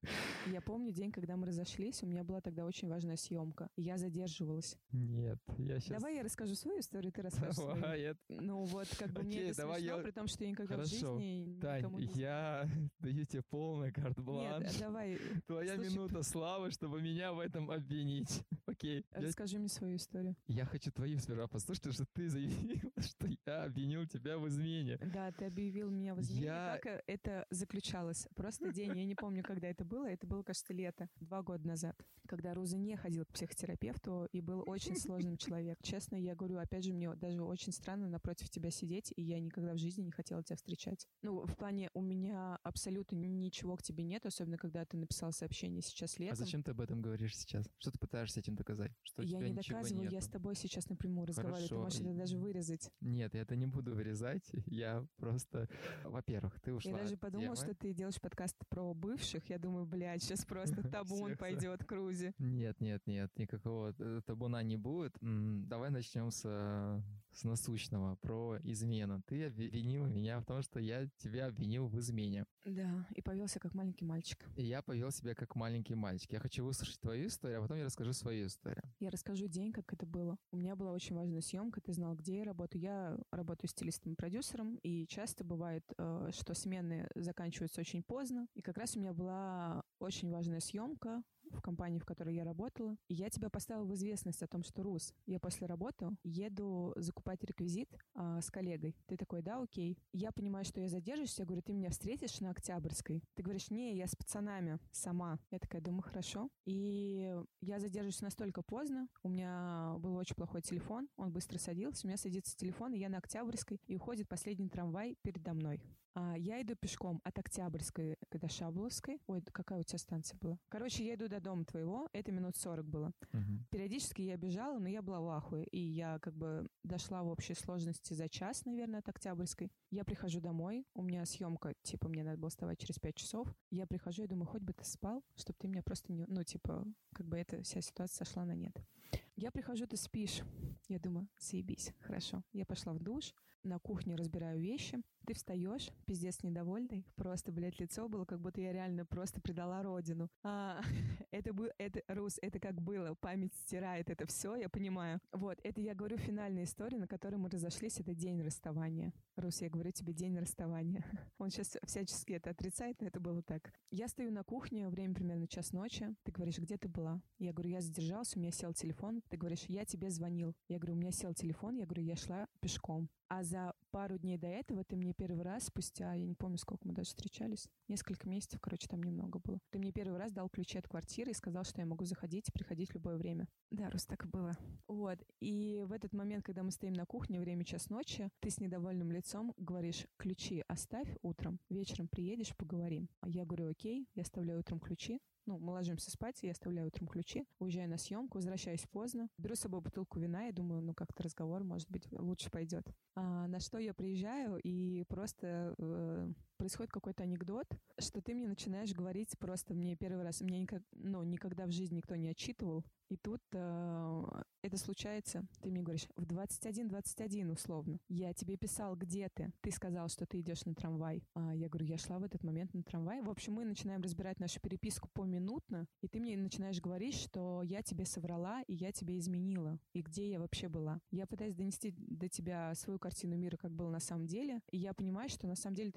Я помню день, когда мы разошлись, у меня была тогда очень важная съемка. И я задерживалась. Нет, я сейчас... Давай я расскажу свою историю, ты расскажешь свою. Давай. Ну вот, как бы мне это смешно, при том, что я никогда в жизни никому не... Тань, я даю тебе полный карт-бланш. Нет, давай. Твоя минута славы, чтобы меня в этом обвинить. Окей. Расскажи мне свою историю. Я хочу твою сперва послушать, что ты заявила, что я обвинил тебя в измене. Да, ты объявил меня в измене. Как это заключалось? Просто день, я не помню, когда это было. Это было, кажется, лето, 2 года назад, когда Руза не ходил к психотерапевту и был очень сложным человек. Честно, я говорю, опять же, мне даже очень странно напротив тебя сидеть, и я никогда в жизни не хотела тебя встречать. Ну, в плане, у меня абсолютно ничего к тебе нет, особенно когда ты написал сообщение сейчас летом. А зачем ты об этом говоришь сейчас? Что ты пытаешься этим доказать? Что я не доказываю, нету? Я с тобой сейчас напрямую разговариваю, ты можешь это даже вырезать. Нет, я это не буду вырезать, я просто... Во-первых, ты ушла. Я даже подумала, что ты делаешь подкаст про бывших, я думаю, блядь, сейчас просто табун пойдет к Рузе. Нет, никакого табуна не будет. Давай начнем с насущного, про измену. Ты обвинила меня в том, что я тебя обвинил в измене. Да, и повел себя как маленький мальчик. И я повел себя как маленький мальчик. Я хочу выслушать твою историю, а потом я расскажу свою историю. Я расскажу день, как это было. У меня была очень важная съемка, ты знал, где я работаю. Я работаю стилистом и продюсером, и часто бывает, что смены заканчиваются очень поздно. И как раз у меня была очень важная съемка в компании, в которой я работала. И я тебя поставила в известность о том, что, Рус, я после работы еду закупать реквизит с коллегой. Ты такой, да, окей. Я понимаю, что я задержусь. Я говорю, ты меня встретишь на Октябрьской? Ты говоришь, не, я с пацанами сама. Я такая, думаю, хорошо. И я задержусь настолько поздно. У меня был очень плохой телефон. Он быстро садился. У меня садится телефон, и я на Октябрьской. И уходит последний трамвай передо мной. Я иду пешком от Октябрьской до Шаболовской. Ой, какая у тебя станция была? Короче, я иду до дома твоего. Это минут 40 было. Периодически я бежала, но я была в ахуе. И я как бы дошла в общей сложности за час, наверное, от Октябрьской. Я прихожу домой. У меня съемка, типа, мне надо было вставать через 5 часов. Я прихожу и думаю, хоть бы ты спал, чтобы ты меня просто не... Ну, типа, как бы эта вся ситуация сошла на нет. Я прихожу, ты спишь. Я думаю, заебись, хорошо. Я пошла в душ, на кухне разбираю вещи. Ты встаешь, пиздец недовольный. Просто, блядь, лицо было, как будто я реально просто предала родину. Рус, это как было. Память стирает это все, я понимаю. Вот, это я говорю финальная история, на которой мы разошлись. Это день расставания. Рус, я говорю тебе, день расставания. Он сейчас всячески это отрицает, но это было так. Я стою на кухне, время примерно 1:00 ночи. Ты говоришь, где ты была? Я говорю, я задержался, у меня сел телефон. Ты говоришь, я тебе звонил. Я говорю, у меня сел телефон. Я говорю, я шла пешком. А за пару дней до этого ты мне первый раз, спустя, я не помню, сколько мы даже встречались, несколько месяцев, короче, там немного было. Ты мне первый раз дал ключи от квартиры и сказал, что я могу заходить и приходить в любое время. Да, Рус, так и было. Вот. И в этот момент, когда мы стоим на кухне, время 1:00 ночи, ты с недовольным лицом говоришь, ключи оставь утром, вечером приедешь, поговорим. А я говорю, окей, я оставляю утром ключи. Ну, мы ложимся спать, я оставляю утром ключи, уезжаю на съемку, возвращаюсь поздно, беру с собой бутылку вина и думаю, ну, как-то разговор, может быть, лучше пойдет. На что я приезжаю, и просто происходит какой-то анекдот, что ты мне начинаешь говорить просто мне первый раз, меня никогда в жизни никто не отчитывал, и тут это случается, ты мне говоришь, в 21:21 условно. Я тебе писал, где ты сказал, что ты идешь на трамвай. Я говорю, я шла в этот момент на трамвай. В общем, мы начинаем разбирать нашу переписку поминутно, и ты мне начинаешь говорить, что я тебе соврала, и я тебе изменила, и где я вообще была. Я пытаюсь донести до тебя свою картину мира, как было на самом деле, и я понимаю, что на самом деле ты просто нашел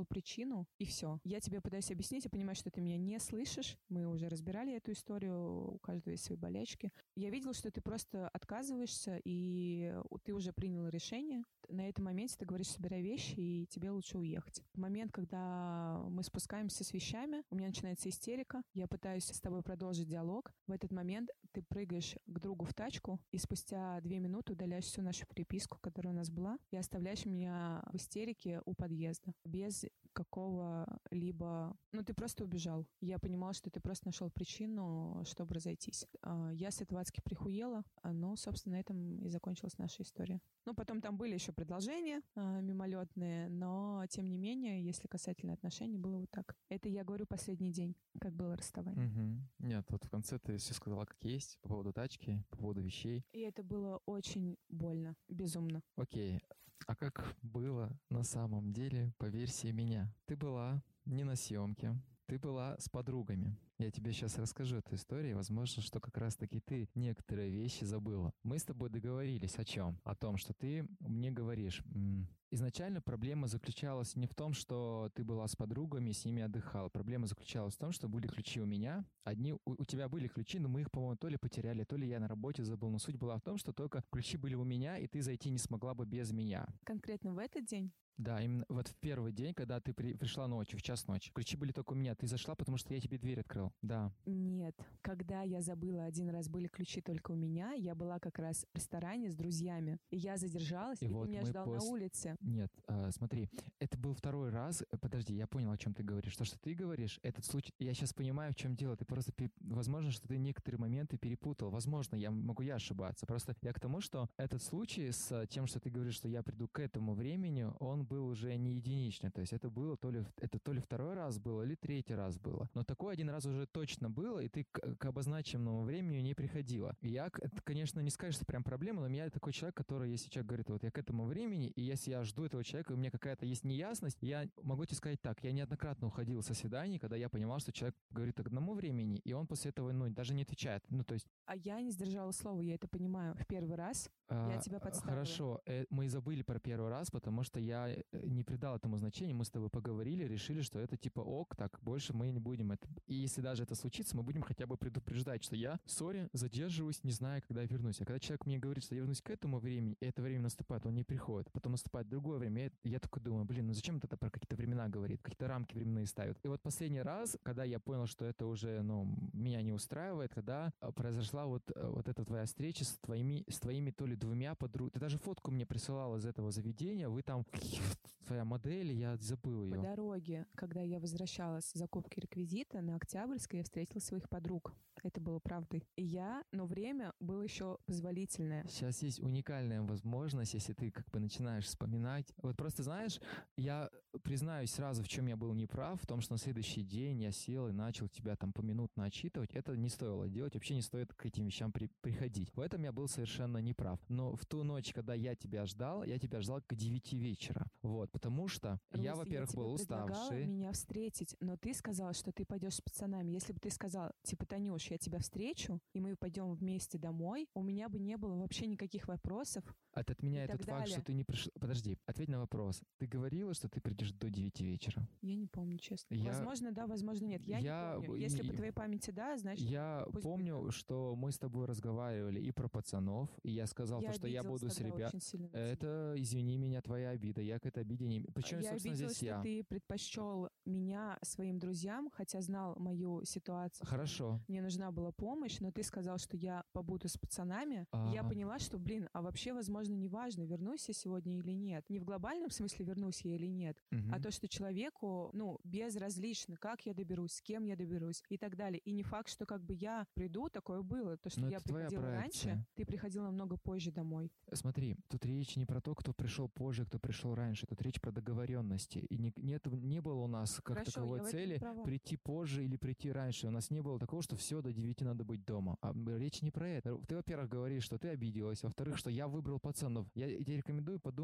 нашел причину, и все. Я тебе пытаюсь объяснить, я понимаю, что ты меня не слышишь. Мы уже разбирали эту историю, у каждого есть свои болячки. Я видела, что ты просто отказываешься, и ты уже принял решение. На этом моменте ты говоришь: собирай вещи, и тебе лучше уехать. В момент, когда мы спускаемся с вещами, у меня начинается истерика, я пытаюсь с тобой продолжить диалог. В этот момент ты прыгаешь к другу в тачку, и спустя 2 минуты удаляешь всю нашу переписку, которая у нас была, и оставляешь меня в истерике у подъезда. Без какого-либо... Ну, ты просто убежал. Я понимала, что ты просто нашел причину, чтобы разойтись. Я с этого адски прихуела. Ну, собственно, на этом и закончилась наша история. Ну, потом там были еще продолжения мимолетные, но, тем не менее, если касательно отношений, было вот так. Это я говорю последний день, как было расставание. Нет, вот в конце ты все сказала как есть, по поводу тачки, по поводу вещей. И это было очень больно, безумно. Окей, а как было на самом деле по версии меня? Ты была не на съемке, ты была с подругами. Я тебе сейчас расскажу эту историю, и возможно, что как раз-таки ты некоторые вещи забыла. Мы с тобой договорились о чем? О том, что ты мне говоришь... Изначально проблема заключалась не в том, что ты была с подругами, с ними отдыхала. Проблема заключалась в том, что были ключи у меня. Одни у тебя были ключи, но мы их, по-моему, то ли потеряли, то ли я на работе забыл. Но суть была в том, что только ключи были у меня, и ты зайти не смогла бы без меня. Конкретно в этот день? Да, именно вот в первый день, когда ты пришла ночью, в час ночи. Ключи были только у меня. Ты зашла, потому что я тебе дверь открыл. Да. Нет. Когда я забыла один раз, были ключи только у меня, я была как раз в ресторане с друзьями. И я задержалась, и вот ты меня ждал на улице. Нет, смотри, это был второй раз. Подожди, я понял, о чем ты говоришь. То, что ты говоришь, этот случай... Я сейчас понимаю, в чем дело. Ты просто... Возможно, что ты некоторые моменты перепутал. Возможно, могу я ошибаться. Просто я к тому, что этот случай с тем, что ты говоришь, что я приду к этому времени, он был уже не единичный. То есть это было то ли второй раз было, или третий раз было. Но такой один раз уже точно было, и ты к обозначенному времени не приходила. И это, конечно, не скажешь, что прям проблема, но я такой человек, который, если человек говорит, вот я к этому времени, и если я жду этого человека, у меня какая-то есть неясность, я могу тебе сказать так, я неоднократно уходил со свиданий, когда я понимал, что человек говорит к одному времени, и он после этого, даже не отвечает. То есть... А я не сдержала слова, я это понимаю. В первый раз я тебя подставила. Хорошо, мы и забыли про первый раз, потому что я не придал этому значения, мы с тобой поговорили, решили, что это типа ок, так, больше мы не будем это. И если даже это случится, мы будем хотя бы предупреждать, что я, задерживаюсь, не знаю, когда вернусь. А когда человек мне говорит, что я вернусь к этому времени, и это время наступает, он не приходит, потом наступает другое время, я такой думаю, зачем это про какие-то времена говорит, какие-то рамки временные ставят. И вот последний раз, когда я понял, что это уже, меня не устраивает, когда произошла вот эта твоя встреча с твоими то ли двумя подругами. Ты даже фотку мне присылала из этого заведения, вы там... Твоя модель, я забыл ее. По дороге, когда я возвращалась с закупки реквизита на Октябрьской, я встретила своих подруг. Это было правдой. Но время было еще позволительное. Сейчас есть уникальная возможность, если ты начинаешь вспоминать. Вот просто знаешь, я признаюсь сразу, в чем я был неправ, в том, что на следующий день я сел и начал тебя там поминутно отчитывать. Это не стоило делать, вообще не стоит к этим вещам приходить. В этом я был совершенно неправ. Но в ту ночь, когда я тебя ждал к 9 вечера. Вот, потому что я, во-первых, был уставший. Я предлагала меня встретить, но ты сказала, что ты пойдешь с пацанами. Если бы ты сказал, Танюш, я тебя встречу, и мы пойдем вместе домой, у меня бы не было вообще никаких вопросов. Это отменяет тот факт, что ты не пришла. Подожди, ответь на вопрос. Ты говорила, что ты придешь до 9 вечера? Я не помню, честно. Возможно, да, возможно, нет. Я не помню. Если по твоей памяти да, значит... Я помню, что мы с тобой разговаривали и про пацанов, и я сказал, что я буду с ребят. Это, извини меня, твоя обида. Я к этой обиде не... Причем, я собственно, обиделась, здесь что ты предпочел меня своим друзьям, хотя знал мою ситуацию. Хорошо. Мне нужна была помощь, но ты сказал, что я побуду с пацанами. Я поняла, что, а вообще, возможно, неважно, вернусь я сегодня или нет. Не в глобальном смысле вернусь я или нет, а то, что человеку, безразлично, как я доберусь, с кем я доберусь и так далее. И не факт, что я приду, такое было. То, что я приходила раньше, ты приходил намного позже домой. Смотри, тут речь не про то, кто пришел позже, кто пришел раньше. Тут речь про договоренности. И не было у нас как таковой цели прийти позже или прийти раньше. У нас не было такого, что все, до 9 надо быть дома. А речь не про это. Ты, во-первых, говоришь, что ты обиделась. Во-вторых, что я выбрал пацанов. Я тебе рекомендую подумать над этими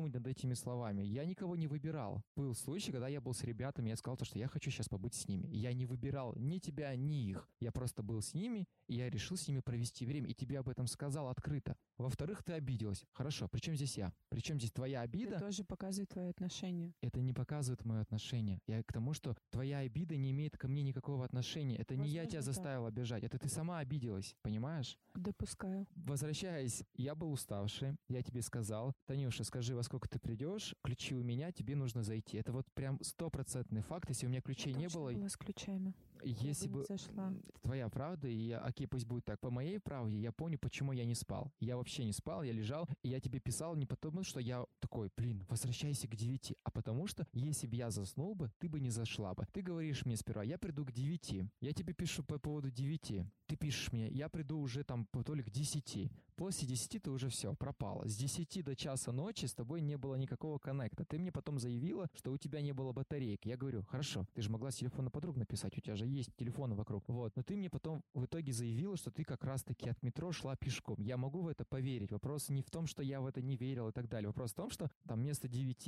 этими словами. Я никого не выбирал. Был случай, когда я был с ребятами, я сказал, что я хочу сейчас побыть с ними. Я не выбирал ни тебя, ни их. Я просто был с ними, и я решил с ними провести время, и тебе об этом сказал открыто. Во-вторых, ты обиделась. Хорошо, при чем здесь я? При чем здесь твоя обида? Это тоже показывает твои отношения. Это не показывает мое отношение. Я к тому, что твоя обида не имеет ко мне никакого отношения. Это не я тебя заставил обижать, это ты сама обиделась, понимаешь? Допускаю. Возвращаясь, я был уставший, я тебе сказал: Танюша, скажи, во сколько ты придешь, ключи у меня, тебе нужно зайти. Это вот прям 100% факт, если у меня ключей не было. Было с ключами. Если бы твоя правда, и я, окей, пусть будет так, по моей правде, я помню, почему я не спал. Я вообще не спал, я лежал, и я тебе писал не потому, что я такой, возвращайся к 9, а потому что, если бы я заснул бы, ты бы не зашла бы. Ты говоришь мне сперва, я приду к 9. Я тебе пишу по поводу 9. Ты пишешь мне, я приду уже там то ли к 10. После 10 ты уже все, пропала. С 10 до часа ночи с тобой не было никакого коннекта. Ты мне потом заявила, что у тебя не было батареек. Я говорю, хорошо, ты же могла с телефона подруг написать, у тебя же есть телефоны вокруг. Вот, но ты мне потом в итоге заявила, что ты как раз-таки от метро шла пешком. Я могу в это поверить. Вопрос не в том, что я в это не верил и так далее. Вопрос в том, что там вместо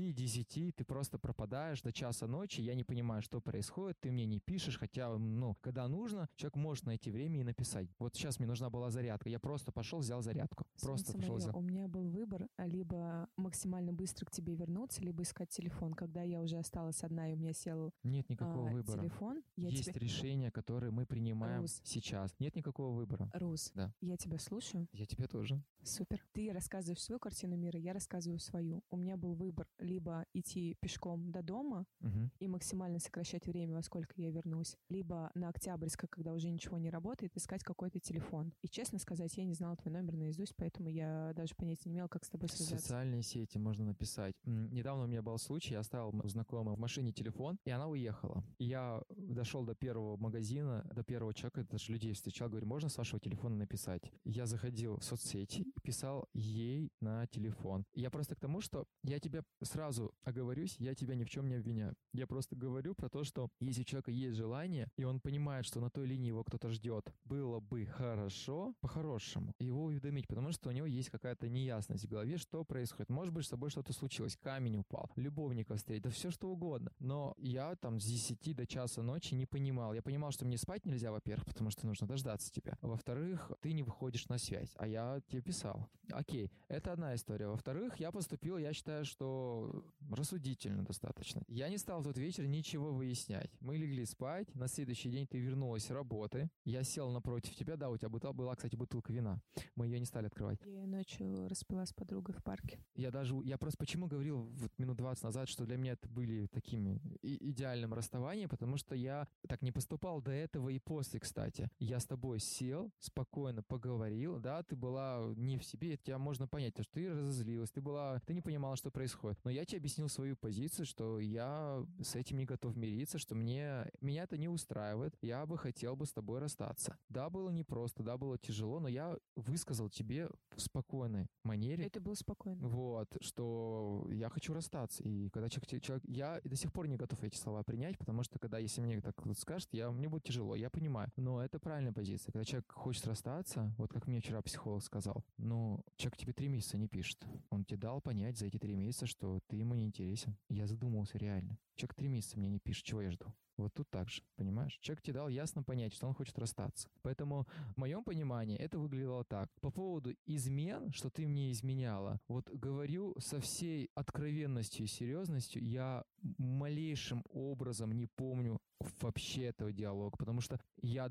9-10 ты просто пропадаешь до часа ночи, я не понимаю, что происходит, ты мне не пишешь, хотя, когда нужно, человек может найти время и написать. Вот сейчас мне нужна была зарядка, я просто пошел, взял зарядку. Просто пошел, взял. У меня был выбор, либо максимально быстро к тебе вернуться, либо искать телефон. Когда я уже осталась одна, и у меня сел Нет никакого выбора. Телефон, есть решения, которые мы принимаем сейчас. Нет никакого выбора. Рус, да. Я тебя слушаю. Я тебя тоже. Супер. Ты рассказываешь свою картину мира, я рассказываю свою. У меня был выбор либо идти пешком до дома и максимально сокращать время, во сколько я вернусь, либо на Октябрьской, когда уже ничего не работает, искать какой-то телефон. И честно сказать, я не знала твой номер наизусть, поэтому я даже понятия не имела, как с тобой связаться. В социальные сети можно написать. Недавно у меня был случай, я оставил у знакомой в машине телефон, и она уехала. Я дошел до первого магазина, до первого человека, даже людей встречал, говорю, можно с вашего телефона написать? Я заходил в соцсети и писал ей на телефон. Я просто к тому, что я тебя сразу оговорюсь, я тебя ни в чем не обвиняю. Я просто говорю про то, что если у человека есть желание, и он понимает, что на той линии его кто-то ждет, было бы хорошо, по-хорошему, его уведомить, потому что у него есть какая-то неясность в голове, что происходит. Может быть, с тобой что-то случилось, камень упал, любовника встретил, да все что угодно. Но я там с 10 до часа ночи не понимал. Я понимал, что мне спать нельзя, во-первых, потому что нужно дождаться тебя. Во-вторых, ты не выходишь на связь, а я тебе писал. Окей, это одна история. Во-вторых, я поступил, я считаю, что рассудительно достаточно. Я не стал в тот вечер ничего выяснять. Мы легли спать, на следующий день ты вернулась с работы, я сел напротив тебя, да, у тебя была, кстати, бутылка вина. Мы ее не стали открывать. Я ночью распила с подругой в парке. Я просто почему говорил вот минут 20 назад, что для меня это были такими идеальным расставанием, потому что я так не поступал до этого и после, кстати. Я с тобой сел, спокойно поговорил, да, ты была не в себе, тебя можно понять, то, что ты разозлилась, ты не понимала, что происходит. Но я тебе объяснил свою позицию, что я с этим не готов мириться, что меня это не устраивает, я бы хотел бы с тобой расстаться. Да, было непросто, да, было тяжело, но я высказал тебе в спокойной манере. Это было спокойно. Вот, что я хочу расстаться. И когда человек... Я до сих пор не готов эти слова принять, потому что если мне так вот скажет, мне будет тяжело, я понимаю. Но это правильная позиция. Когда человек хочет расстаться, вот как мне вчера психолог сказал, человек тебе 3 месяца не пишет. Он тебе дал понять за эти 3 месяца, что ты ему не интересен. Я задумался реально. Человек 3 месяца мне не пишет, чего я жду? Вот тут так же, понимаешь? Человек тебе дал ясно понять, что он хочет расстаться. Поэтому в моем понимании это выглядело так. По поводу измен, что ты мне изменяла, вот говорю со всей откровенностью и серьезностью, я малейшим образом не помню вообще этого диалога, потому что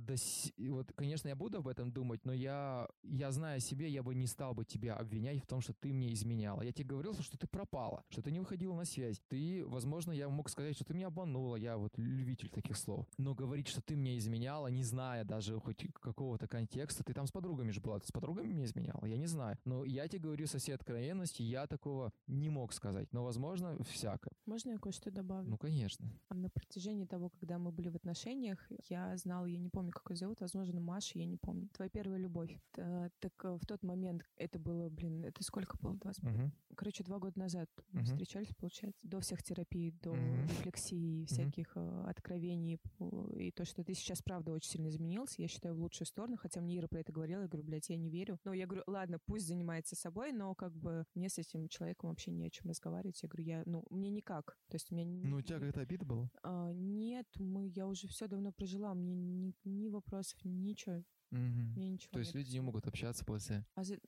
конечно, я буду об этом думать, но я зная о себе, я бы не стал бы тебя обвинять в том, что ты мне изменяла. Я тебе говорил, что ты пропала, что ты не выходила на связь. Возможно, я мог сказать, что ты меня обманула, я вот любитель таких слов. Но говорить, что ты мне изменяла, не зная даже хоть какого-то контекста, ты там с подругами же была, ты с подругами мне изменяла, я не знаю. Но я тебе говорю со всей откровенностью, я такого не мог сказать, но, возможно, всякое. Можно я кое-что что добавлю? Ну, конечно. На протяжении того, когда мы были в отношениях, я знала, я не помню, как ее зовут, возможно, Маша, я не помню. Твоя первая любовь. Так в тот момент это было, это сколько было? 20? Короче, 2 года назад мы встречались, получается. До всех терапий, до рефлексии, всяких откровений. И то, что ты сейчас, правда, очень сильно изменился, я считаю, в лучшую сторону. Хотя мне Ира про это говорила, я говорю, блядь, я не верю. Но я говорю, ладно, пусть занимается собой, но как бы мне с этим человеком вообще не о чем разговаривать. Я говорю, мне никак. То есть у меня... Ну, у тебя какая-то обида была? Нет, я уже все давно прожила. Мне ни вопросов, ничего. Мне ничего То есть люди не могут общаться после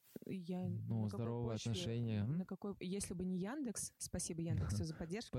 здоровые отношения. Если бы не Яндекс, спасибо Яндексу за поддержку.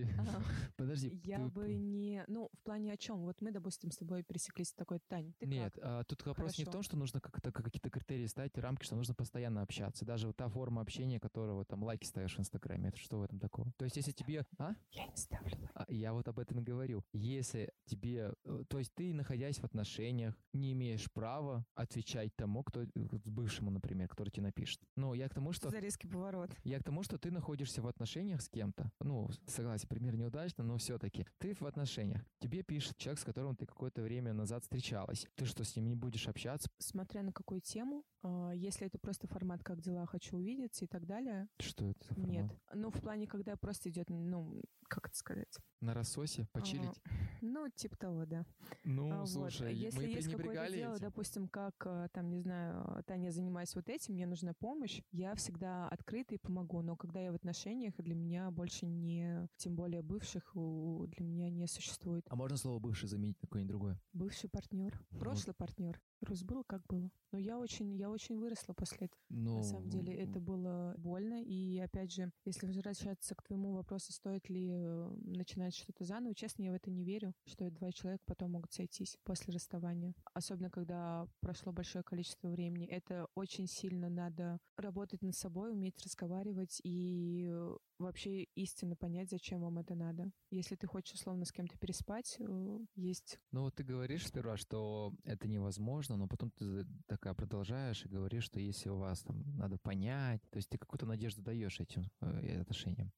Подожди. Я бы не... в плане о чем? Вот мы, допустим, с тобой пересеклись в такой, Тань, ты Нет, как? тут вопрос не в том, что нужно какие-то критерии ставить, рамки, что нужно постоянно общаться. Даже вот та форма общения, которого там лайки ставишь в Инстаграме, это что в этом такого? То есть если тебе... Я не ставлю лайки. Я вот об этом и говорю. Если тебе... То есть ты, находясь в отношениях, не имеешь права отвечать тому, бывшему, например, который тебе напишет. Но я к тому, что... За резкий поворот. Я к тому, что ты находишься в отношениях с кем-то. Согласен, пример неудачно, но все-таки. Ты в отношениях. Тебе пишет человек, с которым ты какое-то время назад встречалась. Ты что, с ним не будешь общаться? Смотря на какую тему. Если это просто формат «как дела, хочу увидеться» и так далее. Что это за формат? Нет. В плане, когда просто идет, как это сказать? На рассосе? Почилить? Типа того, да. Слушай, если мы есть пренебрегали какое-то дело, этим. допустим, как, не знаю, Таня, занимаюсь вот этим, мне нужна помощь, я всегда открыта и помогу. Но когда я в отношениях, для меня больше не, тем более бывших, для меня не существует. А можно слово «бывший» заменить на какое-нибудь другое? Бывший партнер, прошлый партнер. Рус было, как было. Но я очень выросла после этого. На самом деле это было больно. И опять же, если возвращаться к твоему вопросу, стоит ли начинать что-то заново, честно, я в это не верю, что 2 человека потом могут сойтись после расставания. Особенно, когда прошло большое количество времени. Это очень сильно надо работать над собой, уметь разговаривать и вообще истинно понять, зачем вам это надо. Если ты хочешь условно с кем-то переспать, есть... Ты говоришь сперва, что это невозможно, но потом ты такая продолжаешь и говоришь, что если у вас там надо понять, то есть ты какую-то надежду даешь этим отношениям.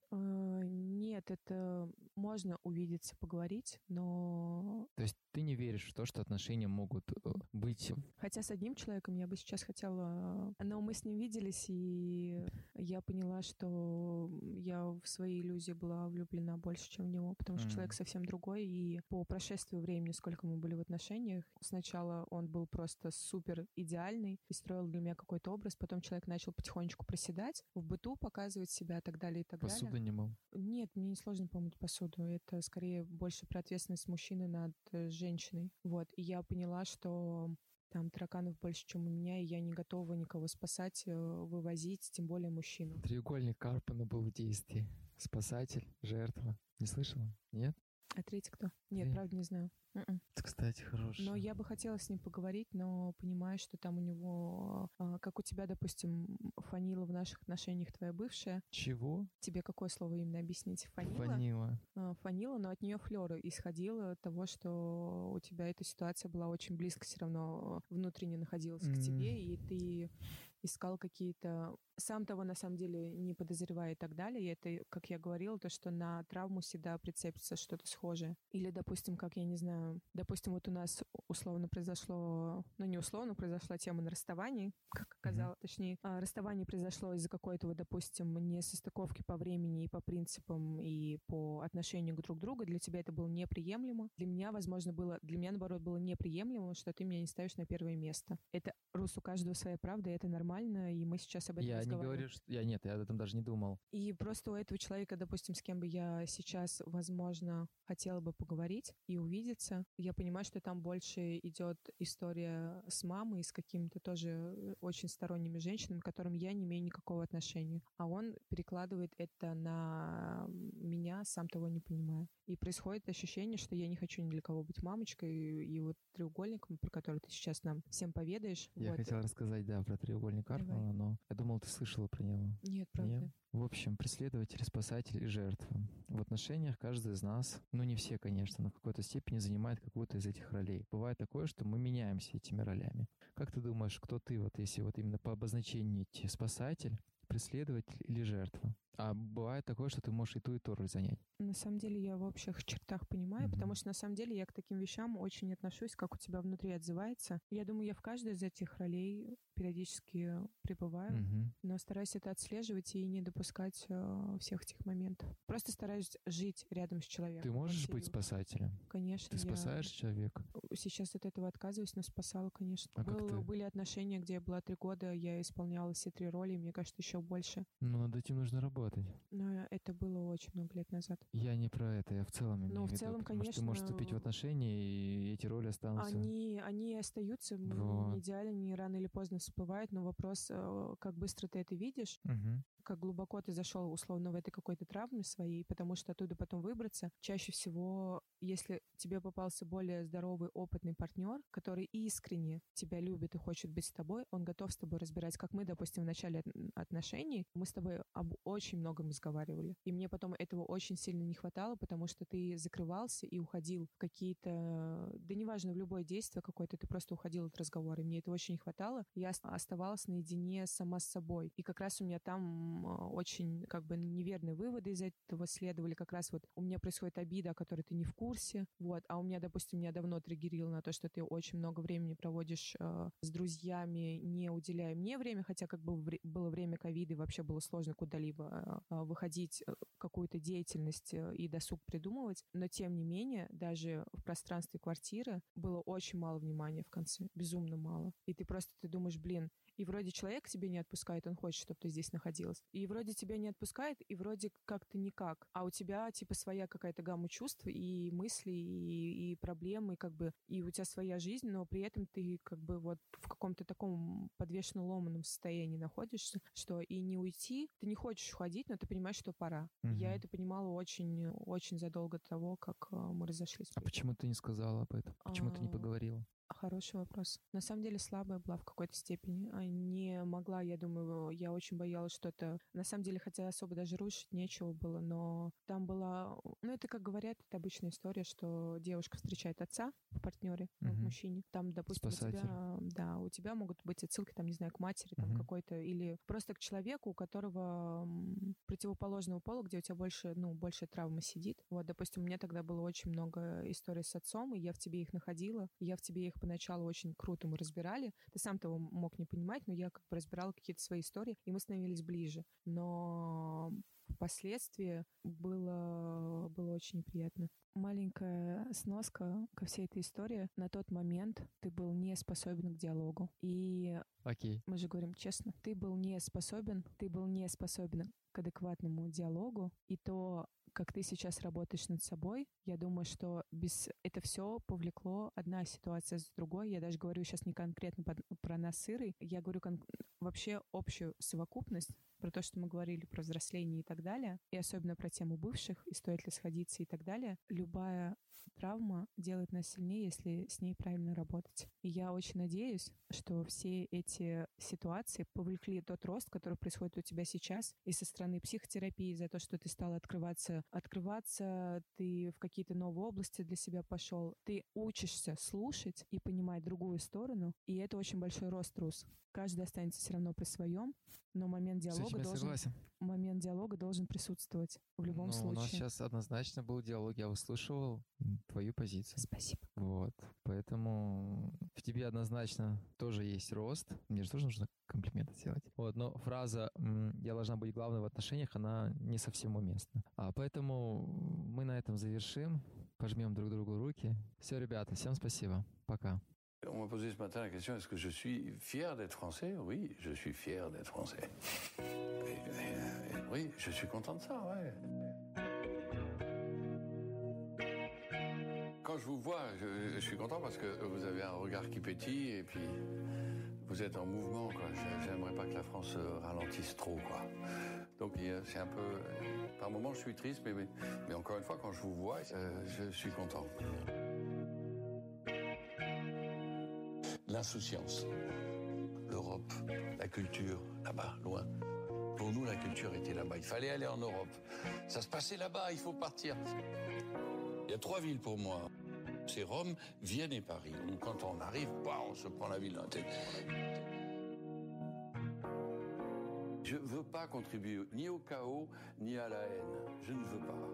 Нет, это можно увидеться, поговорить, но... То есть ты не веришь в то, что отношения могут быть... Хотя с одним человеком я бы сейчас хотела... Но мы с ним виделись, и я поняла, что я в свои иллюзии была влюблена больше, чем в него, потому что человек совсем другой, и по прошествию времени, сколько мы были в отношениях, сначала он был просто супер идеальный и строил для меня какой-то образ, потом человек начал потихонечку проседать, в быту показывать себя и так далее, и так далее. Посуду не мыл? Нет, мне не сложно помыть посуду. Это скорее больше про ответственность мужчины над женщиной. И я поняла, что там тараканов больше, чем у меня, и я не готова никого спасать, вывозить, тем более мужчину. Треугольник Карпмана был в действии. Спасатель, жертва. Не слышала? Нет? А третий кто? Нет, правда не знаю. Это, кстати, хорошо. Но я бы хотела с ним поговорить, но понимаю, что там у него, как у тебя, допустим, фанила в наших отношениях твоя бывшая. Чего? Тебе какое слово именно объяснить? Фанила. Фанила, но от нее флёры исходило того, что у тебя эта ситуация была очень близко все равно внутренне находилась к тебе, и ты искал какие-то... Сам того, на самом деле, не подозревая и так далее. И это, как я говорила, то, что на травму всегда прицепится что-то схожее. Или, допустим, как, я не знаю, допустим, вот у нас условно произошло... не условно, произошла тема на расставании, как оказалось. Точнее, расставание произошло из-за какой-то, допустим, несостыковки по времени и по принципам, и по отношению друг к другу. Для тебя это было неприемлемо. Для меня, наоборот, было неприемлемо, что ты меня не ставишь на первое место. Это, Рус, у каждого своя правда, и это нормально, и мы сейчас об этом разговариваем. Я не говорю, что... я об этом даже не думал. И просто у этого человека, допустим, с кем бы я сейчас, возможно, хотела бы поговорить и увидеться, я понимаю, что там больше идет история с мамой, с какими-то тоже очень сторонними женщинами, к которым я не имею никакого отношения. А он перекладывает это на меня, сам того не понимая. И происходит ощущение, что я не хочу ни для кого быть мамочкой, и вот треугольником, про который ты сейчас нам всем поведаешь. Я хотел рассказать, про треугольник Карпмана, но я думал, ты слышала про него. Нет, правда. Нет? В общем, преследователь, спасатель и жертва. В отношениях каждый из нас, не все, конечно, но в какой-то степени занимает какую-то из этих ролей. Бывает такое, что мы меняемся этими ролями. Как ты думаешь, кто ты, если именно по обозначению идти, спасатель, преследователь или жертва? А бывает такое, что ты можешь и ту роль занять. На самом деле я в общих чертах понимаю, потому что на самом деле я к таким вещам очень отношусь, как у тебя внутри отзывается. Я думаю, я в каждой из этих ролей периодически пребываю, но стараюсь это отслеживать и не допускать всех этих моментов. Просто стараюсь жить рядом с человеком. Ты можешь быть спасателем? Конечно. Ты спасаешь человека? Сейчас от этого отказываюсь, но спасала, конечно. А как ты? Были отношения, где я была 3 года, я исполняла все 3 роли, и мне кажется, еще больше. Ну, над этим нужно работать. Но это было очень много лет назад. Я не про это, я в целом имею в виду. В целом, потому конечно. что ты можешь вступить в отношения, и эти роли останутся. Они остаются, Вот. идеально, они рано или поздно всплывают, но вопрос, как быстро ты это видишь, как глубоко ты зашел условно в этой какой-то травме своей, потому что оттуда потом выбраться. Чаще всего, если тебе попался более здоровый, опытный партнер, который искренне тебя любит и хочет быть с тобой, он готов с тобой разбирать. Как мы, допустим, в начале отношений, мы с тобой об очень многом разговаривали. И мне потом этого очень сильно не хватало, потому что ты закрывался и уходил в какие-то... Да неважно, в любое действие какое-то, ты просто уходил от разговора. И мне этого очень не хватало. Я оставалась наедине сама с собой. И как раз у меня там очень как бы неверные выводы из этого следовали. Как раз вот у меня происходит обида, о которой ты не в курсе. Вот. А у меня, допустим, меня давно триггерило на то, что ты очень много времени проводишь с друзьями, не уделяя мне время, хотя как бы было время ковида, и вообще было сложно куда-либо выходить, какую-то деятельность и досуг придумывать. Но тем не менее, даже в пространстве квартиры было очень мало внимания в конце. Безумно мало. И ты думаешь, блин, и вроде человек тебя не отпускает, он хочет, чтобы ты здесь находилась. И вроде тебя не отпускает, и вроде как-то никак. А у тебя типа своя какая-то гамма чувств и мыслей, и проблемы, как бы, и у тебя своя жизнь, но при этом ты как бы вот в каком-то таком подвешенно ломаном состоянии находишься, что и не уйти, ты не хочешь уходить, но ты понимаешь, что пора. Я это понимала очень, очень задолго до того, как мы разошлись. А почему ты не сказала об этом? Почему ты не поговорила? Хороший вопрос. На самом деле слабая была в какой-то степени. Не могла, я думаю, я очень боялась что-то. На самом деле, хотя особо даже рушить нечего было, но там была... Ну, это, как говорят, это обычная история, что девушка встречает отца в партнере, в мужчине. Там, допустим, у тебя могут быть отсылки, там, не знаю, к матери, там, какой-то, или просто к человеку, у которого противоположного пола, где у тебя больше травмы сидит. Вот, допустим, у меня тогда было очень много историй с отцом, и я в тебе их находила, и я в тебе их поначалу очень круто мы разбирали. Ты сам того мог не понимать, но я как бы разбирала какие-то свои истории, и мы становились ближе. Но впоследствии было очень неприятно. Маленькая сноска ко всей этой истории. На тот момент ты был не способен к диалогу. И мы же говорим честно, ты был не способен к адекватному диалогу. И то, как ты сейчас работаешь над собой, я думаю, что это все повлекло одна ситуация с другой. Я даже говорю сейчас не конкретно про нас с Ирой, я говорю вообще общую совокупность, про то, что мы говорили про взросление и так далее, и особенно про тему бывших, и стоит ли сходиться и так далее. Любая травма делает нас сильнее, если с ней правильно работать. И я очень надеюсь, что все эти ситуации повлекли тот рост, который происходит у тебя сейчас, и со стороны психотерапии, за то, что ты стала открываться, ты в какие-то новые области для себя пошел, ты учишься слушать и понимать другую сторону, и это очень большой рост, Рус. Каждый останется все равно при своем, но момент диалога должен присутствовать в любом случае. У нас сейчас однозначно был диалог, я выслушивал твою позицию. Спасибо. Вот, поэтому в тебе однозначно тоже есть рост. Мне же тоже нужно комплименты делать. Вот, но фраза «я должна быть главной в отношениях», она не совсем уместна. Поэтому мы на этом завершим, пожмем друг другу руки. Все, ребята, всем спасибо. Пока. On m'a posé ce matin la question, est-ce que je suis fier d'être français? Oui, je suis fier d'être français. Oui, je suis content de ça, ouais. Quand je vous vois, je suis content parce que vous avez un regard qui pétille et puis vous êtes en mouvement, quoi. J'aimerais pas que la France ralentisse trop, quoi. Donc c'est un peu... Par moments, je suis triste, mais encore une fois, quand je vous vois, je suis content. L'insouciance, l'Europe, la culture, là-bas, loin. Pour nous, la culture était là-bas. Il fallait aller en Europe. Ça se passait là-bas, il faut partir. Il y a 3 villes pour moi. C'est Rome, Vienne et Paris. Donc quand on arrive, on se prend la ville dans la tête. Je ne veux pas contribuer ni au chaos, ni à la haine. Je ne veux pas.